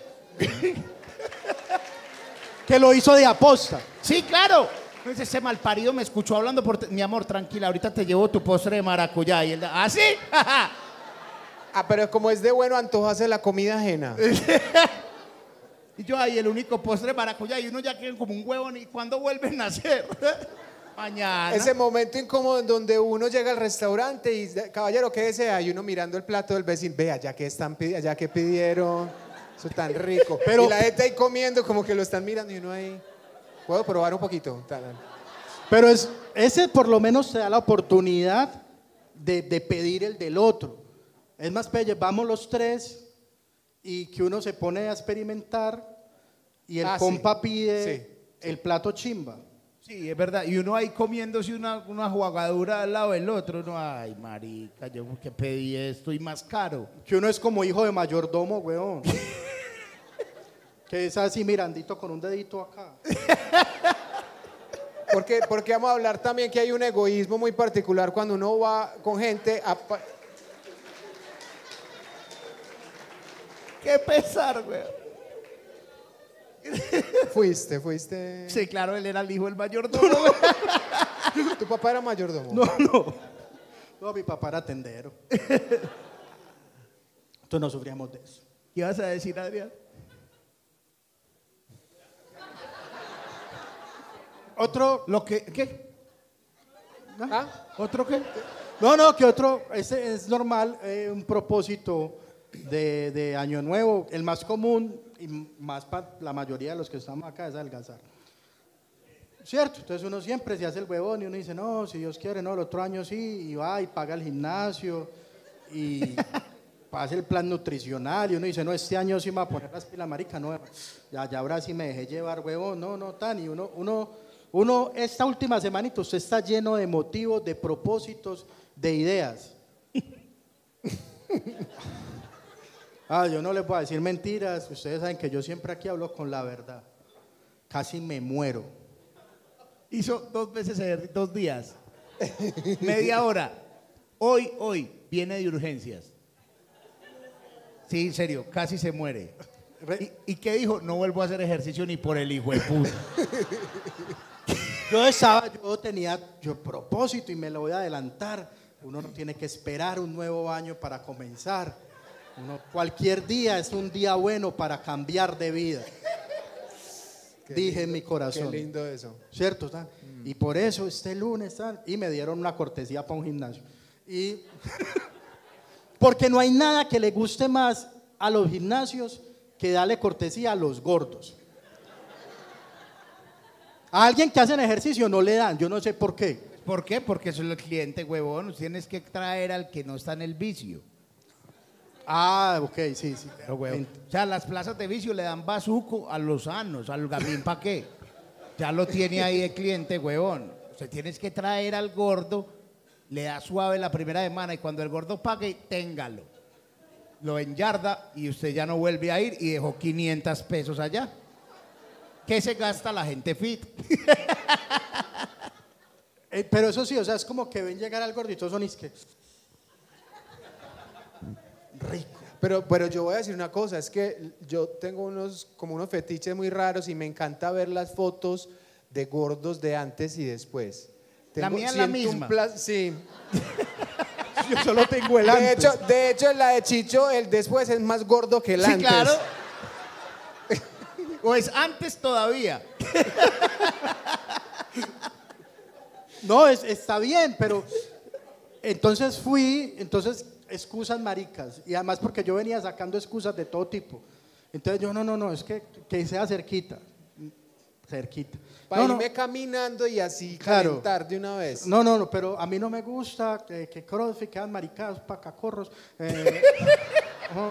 Que lo hizo de aposta. sí, claro. Entonces ese mal parido me escuchó hablando por, te- mi amor, tranquila, ahorita te llevo tu postre de maracuyá. Y él, ¿ah, sí? Ah, pero como es de bueno antojarse la comida ajena. Y yo ahí el único postre de maracuyá y uno ya queda como un huevo, ¿y cuándo vuelven a hacer? Mañana. Ese momento incómodo en donde uno llega al restaurante y, caballero, ¿qué desea? Y uno mirando el plato del vecino, vea, ya que están pidiendo, ya que pidieron, eso tan rico. Pero- y la gente ahí comiendo como que lo están mirando y uno ahí, ¿puedo probar un poquito? Tal. Pero es, ese por lo menos te da la oportunidad de, de pedir el del otro. Es más, pelle, vamos los tres y que uno se pone a experimentar y el Ah, sí. compa pide Sí, el plato chimba. Sí, es verdad. Y uno ahí comiéndose una, una jugadura al lado del otro. Uno, ay, marica, yo que pedí esto y más caro. Que uno es como hijo de mayordomo, weón. Que es así mirandito con un dedito acá. Porque, porque vamos a hablar también que hay un egoísmo muy particular cuando uno va con gente a... pa- Qué pesar, güey. Fuiste, fuiste... Sí, claro, él era el hijo del mayordomo. ¿Tu papá era mayordomo? No, no. No, mi papá era tendero. Entonces no sufríamos de eso. ¿Qué ibas a decir, Adrián? Otro, Lo que, ¿qué? ¿Ah? ¿Otro qué? no, no, que otro, ese es normal, eh, un propósito de, de Año Nuevo, el más común y más para la mayoría de los que estamos acá es adelgazar. ¿Cierto? Entonces uno siempre se hace el huevón y uno dice, no, si Dios quiere, no, el otro año sí, y va y paga el gimnasio y hace el plan nutricional y uno dice, no, este año sí me va a poner las pilas, marica, no, ya, ya ahora sí me dejé llevar, huevón, no, no, tan, y uno, uno, uno, esta última semanita usted está lleno de motivos, de propósitos, de ideas. Ah, yo no les voy a decir mentiras, ustedes saben que yo siempre aquí hablo con la verdad, casi me muero. Hizo dos veces ejercicio, dos días. Media hora. Hoy, hoy, viene de urgencias. Sí, en serio, casi se muere. ¿Y, y qué dijo? No vuelvo a hacer ejercicio ni por el hijo de puta. Yo estaba, yo tenía yo propósito y me lo voy a adelantar. Uno no tiene que esperar un nuevo año para comenzar. Uno, cualquier día es un día bueno para cambiar de vida. Qué dije en lindo, mi corazón. Qué lindo eso. ¿Cierto? Tal? Mm. Y por eso este lunes, tal, y me dieron una cortesía para un gimnasio. Y porque no hay nada que le guste más a los gimnasios que darle cortesía a los gordos. A alguien que hacen ejercicio no le dan, yo no sé por qué. ¿Por qué? Porque eso es el cliente, huevón. Tienes que traer al que no está en el vicio. Ah, ok, sí, sí. Pero, huevón, o sea, las plazas de vicio le dan bazuco a los sanos, al gamín, ¿para qué? Ya lo tiene ahí el cliente, huevón. Usted tienes que traer al gordo, le da suave la primera semana y cuando el gordo pague, téngalo. Lo enyarda y usted ya no vuelve a ir y dejó quinientos pesos allá. ¿Qué se gasta la gente fit? eh, pero eso sí, o sea, es como que ven llegar al gordito, son es que rico. Pero, pero yo voy a decir una cosa, es que yo tengo unos, como unos fetiches muy raros y me encanta ver las fotos de gordos de antes y después. La Tengo- mía es la siento un misma. pla- sí. Yo solo tengo el De antes. hecho, de hecho, la de Chicho, el después es más gordo que el Sí, antes. claro. O es antes todavía. No, es, está bien, pero entonces fui, entonces excusas maricas, y además porque yo venía sacando excusas de todo tipo. Entonces yo, no, no, no, es que, que sea cerquita, cerquita. Para No, no, irme caminando y así Claro. calentar de una vez. no, no, no, pero a mí no me gusta que, que CrossFit, que hagan maricadas, pacacorros. Eh, no,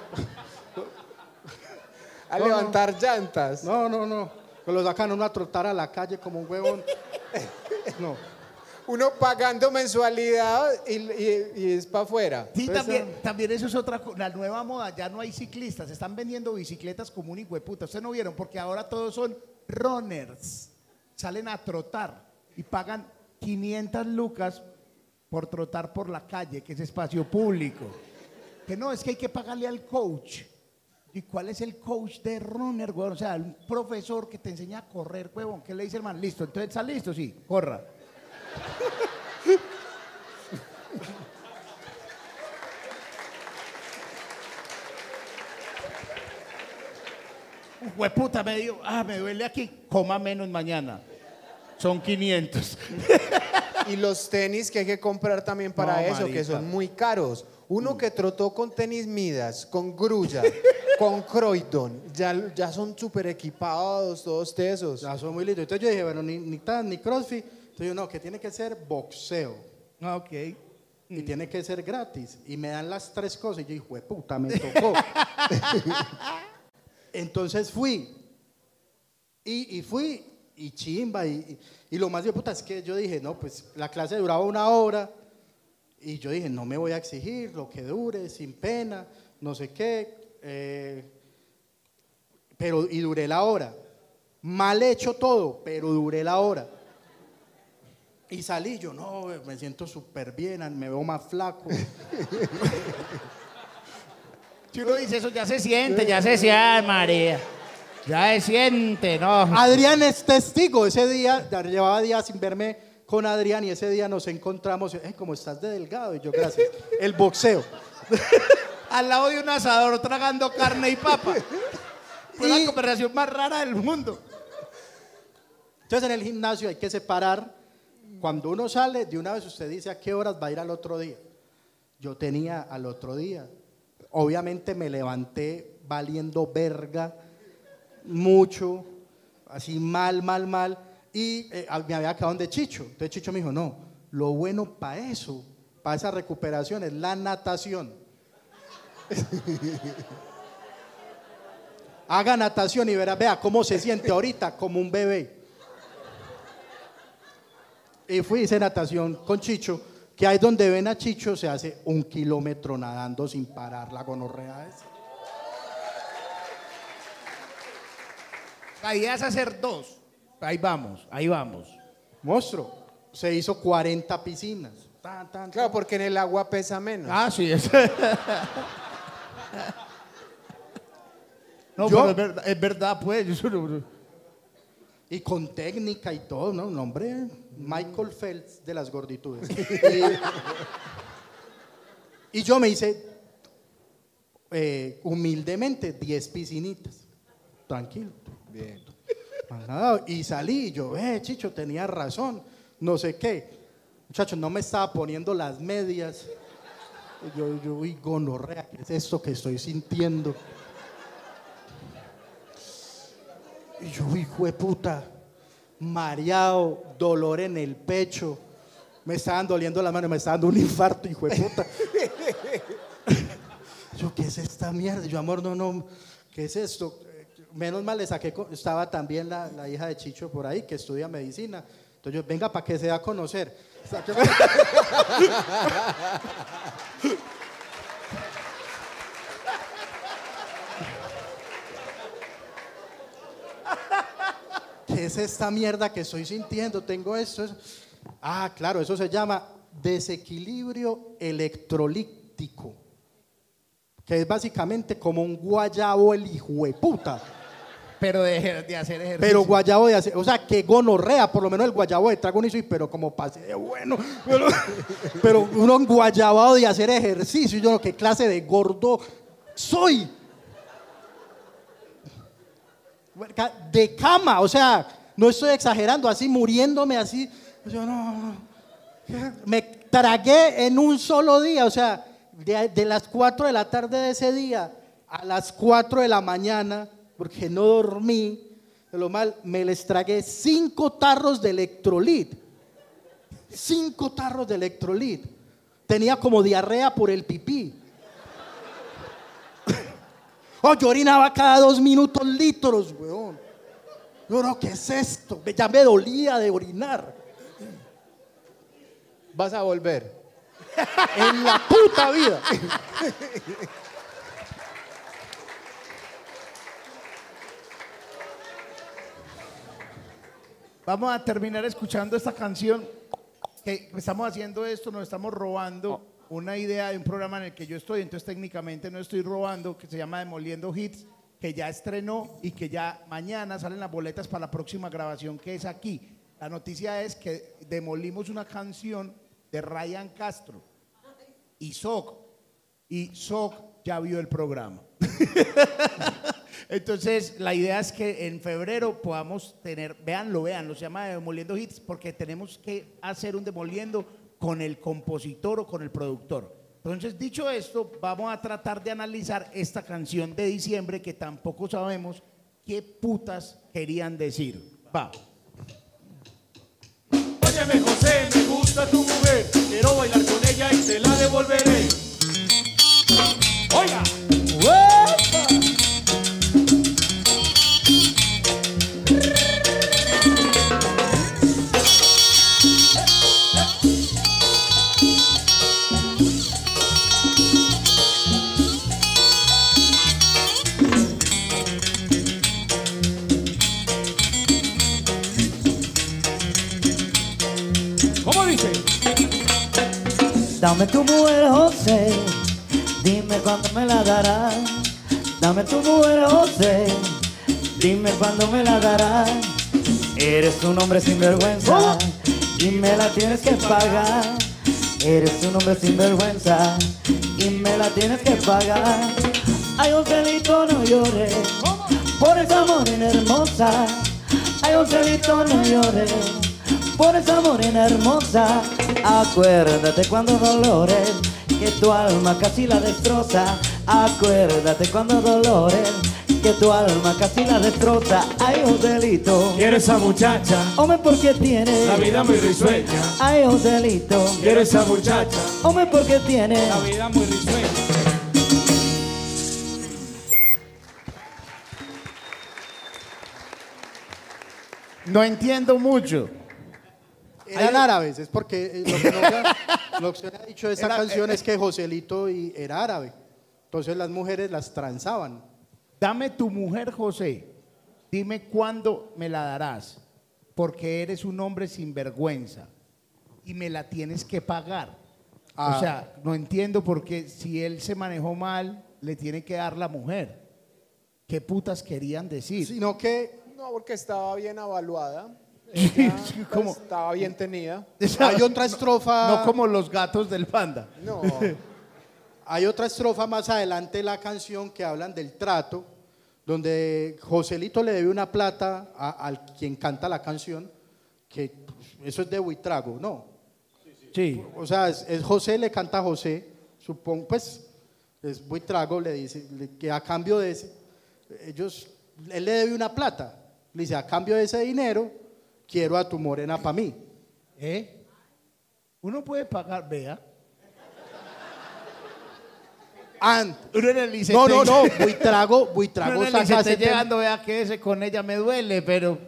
A no, levantar llantas. no, no, no, que lo sacan uno a trotar a la calle como un huevón. No. Uno pagando mensualidad y, y- y es para afuera. Sí, Pues, también, también eso es otra cosa. La nueva moda, ya no hay ciclistas, están vendiendo bicicletas como un hijueputa. Ustedes no vieron, porque ahora todos son runners. Salen a trotar y pagan quinientas lucas por trotar por la calle, que es espacio público. Que no, es que hay que pagarle al coach. ¿Y cuál es el coach de runner, huevón? O sea, un profesor que te enseña a correr, huevón. ¿Qué le dice el man? Listo, entonces está listo, sí, corra. Hueputa, me dio, ah, me duele aquí, coma menos mañana. Son quinientos. Y los tenis que hay que comprar también para No, eso, marica. que son muy caros. Uno que trotó con tenis Midas, con grulla, con Croydon, ya, ya son súper equipados, todos tesos. Ya son muy lindos. Entonces yo dije, bueno, ni, ni tan, ni CrossFit. Entonces yo, no, que tiene que ser boxeo. Ok. Y tiene que ser gratis. Y me dan las tres cosas. Y yo dije, puta, me tocó. Entonces fui. Y, y fui, y chimba. Y, y, y lo más de puta es que yo dije, no, pues la clase duraba una hora. Y yo dije, no me voy a exigir lo que dure, sin pena, no sé qué. eh, pero, y duré la hora. Mal hecho todo, pero duré la hora. Y salí, yo no, me siento súper bien, me veo más flaco. Si uno dice eso, ya se siente, ya se siente, María. Ya se siente, ¿no? Adrián es testigo, ese día, ya llevaba días sin verme con Adrián y ese día nos encontramos, eh, como estás de delgado, y yo, gracias, el boxeo. Al lado de un asador tragando carne y papa. Fue Y- la conversación más rara del mundo. Entonces en el gimnasio hay que separar, cuando uno sale, de una vez usted dice a qué horas va a ir al otro día. Yo tenía al otro día, obviamente me levanté valiendo verga, mucho, así mal, mal, mal, y eh, me había quedado donde Chicho. Entonces Chicho me dijo, no, lo bueno para eso, para esa recuperación es la natación. Haga natación y verá, vea cómo se siente ahorita como un bebé. Y fui, hice natación con Chicho, que ahí donde ven a Chicho se hace un kilómetro nadando sin parar la gonorrea esa. La idea es hacer dos. Ahí vamos, ahí vamos. Monstruo, se hizo cuarenta piscinas. Tan, tan, Claro, tan. porque en el agua pesa menos. Ah, sí, es. No, Yo- pero es verdad, es verdad, pues. Yo solo- Y con técnica y todo, ¿no? Un hombre, Michael Phelps de las gorditudes. y, y yo me hice, eh, humildemente, diez piscinitas. Tranquilo. Bien. Ajá, y salí, y yo, eh, Chicho, tenía razón, no sé qué. Muchachos, no me estaba poniendo las medias. Y yo, yo, uy, gonorrea, ¿qué es esto que estoy sintiendo? Y yo, hijo de puta, mareado, dolor en el pecho. Me estaban doliendo las manos, me estaba dando un infarto, hijo de puta. Yo, ¿qué es esta mierda? Yo, amor, no, no, ¿qué es esto? Menos mal le saqué, estaba también la, la hija de Chicho por ahí, que estudia medicina. Entonces yo, venga, para que se da a conocer. ¿Qué es esta mierda que estoy sintiendo? Tengo esto, eso. Ah, claro, eso se llama desequilibrio electrolítico, que es básicamente como un guayabo el hijo de puta. Pero de, de hacer ejercicio. Pero guayabo de hacer, o sea, que gonorrea, por lo menos el guayabo de trago no hizo, pero como pase de bueno. Pero, pero uno guayabado de hacer ejercicio, yo no, ¿qué clase de gordo soy? De cama, o sea, no estoy exagerando, así muriéndome así. Yo no, no. Me tragué en un solo día, o sea, de, de las cuatro de la tarde de ese día a las cuatro de la mañana, porque no dormí, de lo mal, me les tragué cinco tarros de electrolit. Cinco tarros de electrolit. Tenía como diarrea por el pipí. Oh, yo orinaba cada dos minutos litros, weón. Yo no, ¿qué es esto? Ya me dolía de orinar. Vas a volver. En la puta vida. Vamos a terminar escuchando esta canción. Que estamos haciendo esto, nos estamos robando una idea de un programa en el que yo estoy, entonces técnicamente no estoy robando, que se llama Demoliendo Hits, que ya estrenó y que ya mañana salen las boletas para la próxima grabación, que es aquí. La noticia es que demolimos una canción de Ryan Castro y Soc, y Soc ya vio el programa. Entonces la idea es que en febrero podamos tener, véanlo, véanlo, se llama Demoliendo Hits, porque tenemos que hacer un Demoliendo con el compositor o con el productor. Entonces, dicho esto, vamos a tratar de analizar esta canción de diciembre que tampoco sabemos qué putas querían decir. Va. Óyeme, José, me gusta tu mujer. Quiero bailar con ella y te la devolveré. Oiga. ¿Cómo dice? Dame tu mujer, José, dime cuándo me la darás. Dame tu mujer, José, dime cuándo me la darás. Eres un hombre sin vergüenza y me la tienes que pagar. Eres un hombre sin vergüenza y me la tienes que pagar. Ay, Joselito, no llores por esa morena hermosa. Ay, Joselito, no llores por esa morena hermosa. Acuérdate cuando dolores, que tu alma casi la destroza. Acuérdate cuando dolores, que tu alma casi la destroza. Ay, Joselito, Quiero esa muchacha, hombre, porque tiene la vida muy risueña. Ay, Joselito, Quiero esa muchacha, hombre, porque tiene la vida muy risueña. No entiendo mucho. Eran árabes, es porque eh, lo que nos lo que se ha dicho de esa Era- canción eh, es que Joselito y- era árabe. Entonces las mujeres las transaban. Dame tu mujer, José, dime cuándo me la darás, porque eres un hombre sin vergüenza y me la tienes que pagar. Ah. O sea, no entiendo por qué si él se manejó mal, le tiene que dar la mujer. ¿Qué putas querían decir? Sino que No, porque estaba bien evaluada. Ella, pues, ¿Cómo? estaba bien tenida. hay otra estrofa, No como los gatos del panda. No. hay otra estrofa más adelante de la canción que hablan del trato, donde Joselito le debe una plata a- al quien canta la canción, que pues, eso es de Buitrago, ¿no? Sí. O sea, es, es José, le canta a José, supongo, pues, es Buitrago, le dice le- que a cambio de ese, ellos, él le debe una plata, le dice, a cambio de ese dinero, quiero a tu morena para mí. ¿Eh? Uno puede pagar, vea. And- Uno en el liceo. no, no, no, Buitrago, Buitrago Uno en el saca liceo ese tema llegando, vea que ese con ella me duele, pero.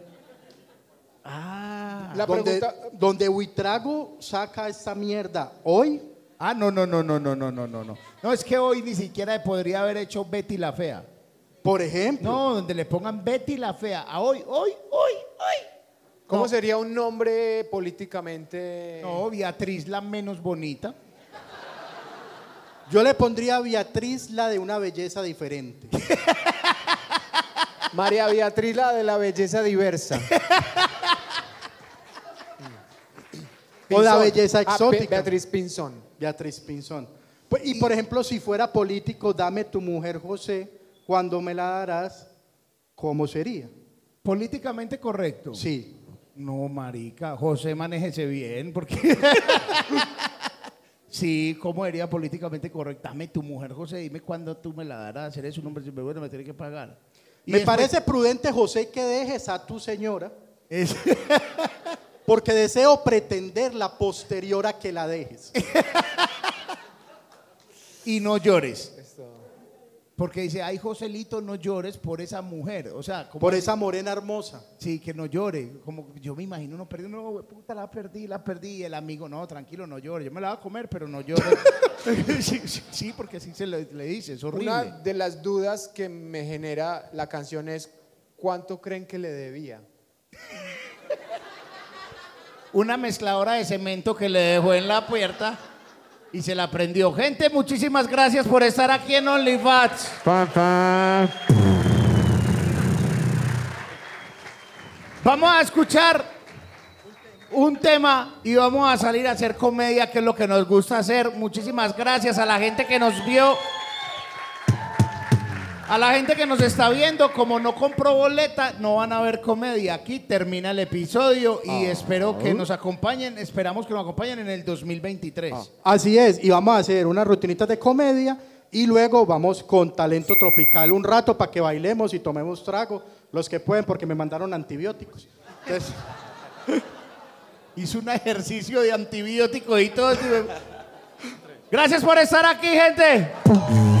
Ah. La donde, pregunta, donde Buitrago saca esta mierda hoy. Ah, no, no, no, no, no, no, no, no. No, No, es que hoy ni siquiera podría haber hecho Betty la Fea. Por ejemplo, No, donde le pongan Betty la Fea. A hoy, hoy, hoy, hoy. ¿cómo no. sería un nombre políticamente? No, Beatriz la menos bonita. yo le pondría a Beatriz la de una belleza diferente. María Beatriz, la de la belleza diversa. O la Pinzón. belleza Ah, Be- exótica. Beatriz Pinzón. Beatriz Pinzón. Pues, y por ejemplo, si fuera político, dame tu mujer José, cuando me la darás, ¿cómo sería? Políticamente correcto. Sí. No, marica, José, manéjese bien, porque... Sí, ¿cómo sería políticamente correcto? Dame tu mujer, José, dime cuándo tú me la darás. Eres un hombre sinvergüenza, me tienes que pagar. Y Me después- parece prudente, José, que dejes a tu señora, Es- porque deseo pretender la posterior a que la dejes. y no llores. Esto. Porque dice, ay, Joselito, no llores por esa mujer. O sea, como Por así? esa morena hermosa. Sí, que no llore. Como yo me imagino uno perdiendo, no, güey, puta, la perdí, la perdí. Y el amigo, no, tranquilo, no llore. Yo me la voy a comer, pero no llore. sí, sí, sí, porque así se le, le dice, es horrible. Una de las dudas que me genera la canción es ¿cuánto creen que le debía? Una mezcladora de cemento que le dejó en la puerta y se la prendió. Gente, muchísimas gracias por estar aquí en OnlyFans. Vamos a escuchar un tema y vamos a salir a hacer comedia, que es lo que nos gusta hacer. Muchísimas gracias a la gente que nos vio. A la gente que nos está viendo, como no compró boleta, no van a ver comedia. Aquí termina el episodio y espero que nos acompañen, esperamos que nos acompañen en el dos mil veintitrés. Así es, y vamos a hacer unas rutinitas de comedia y luego vamos con talento tropical un rato para que bailemos y tomemos trago, los que pueden, porque me mandaron antibióticos. Entonces, Hizo un ejercicio de antibiótico y todo. Gracias por estar aquí, gente.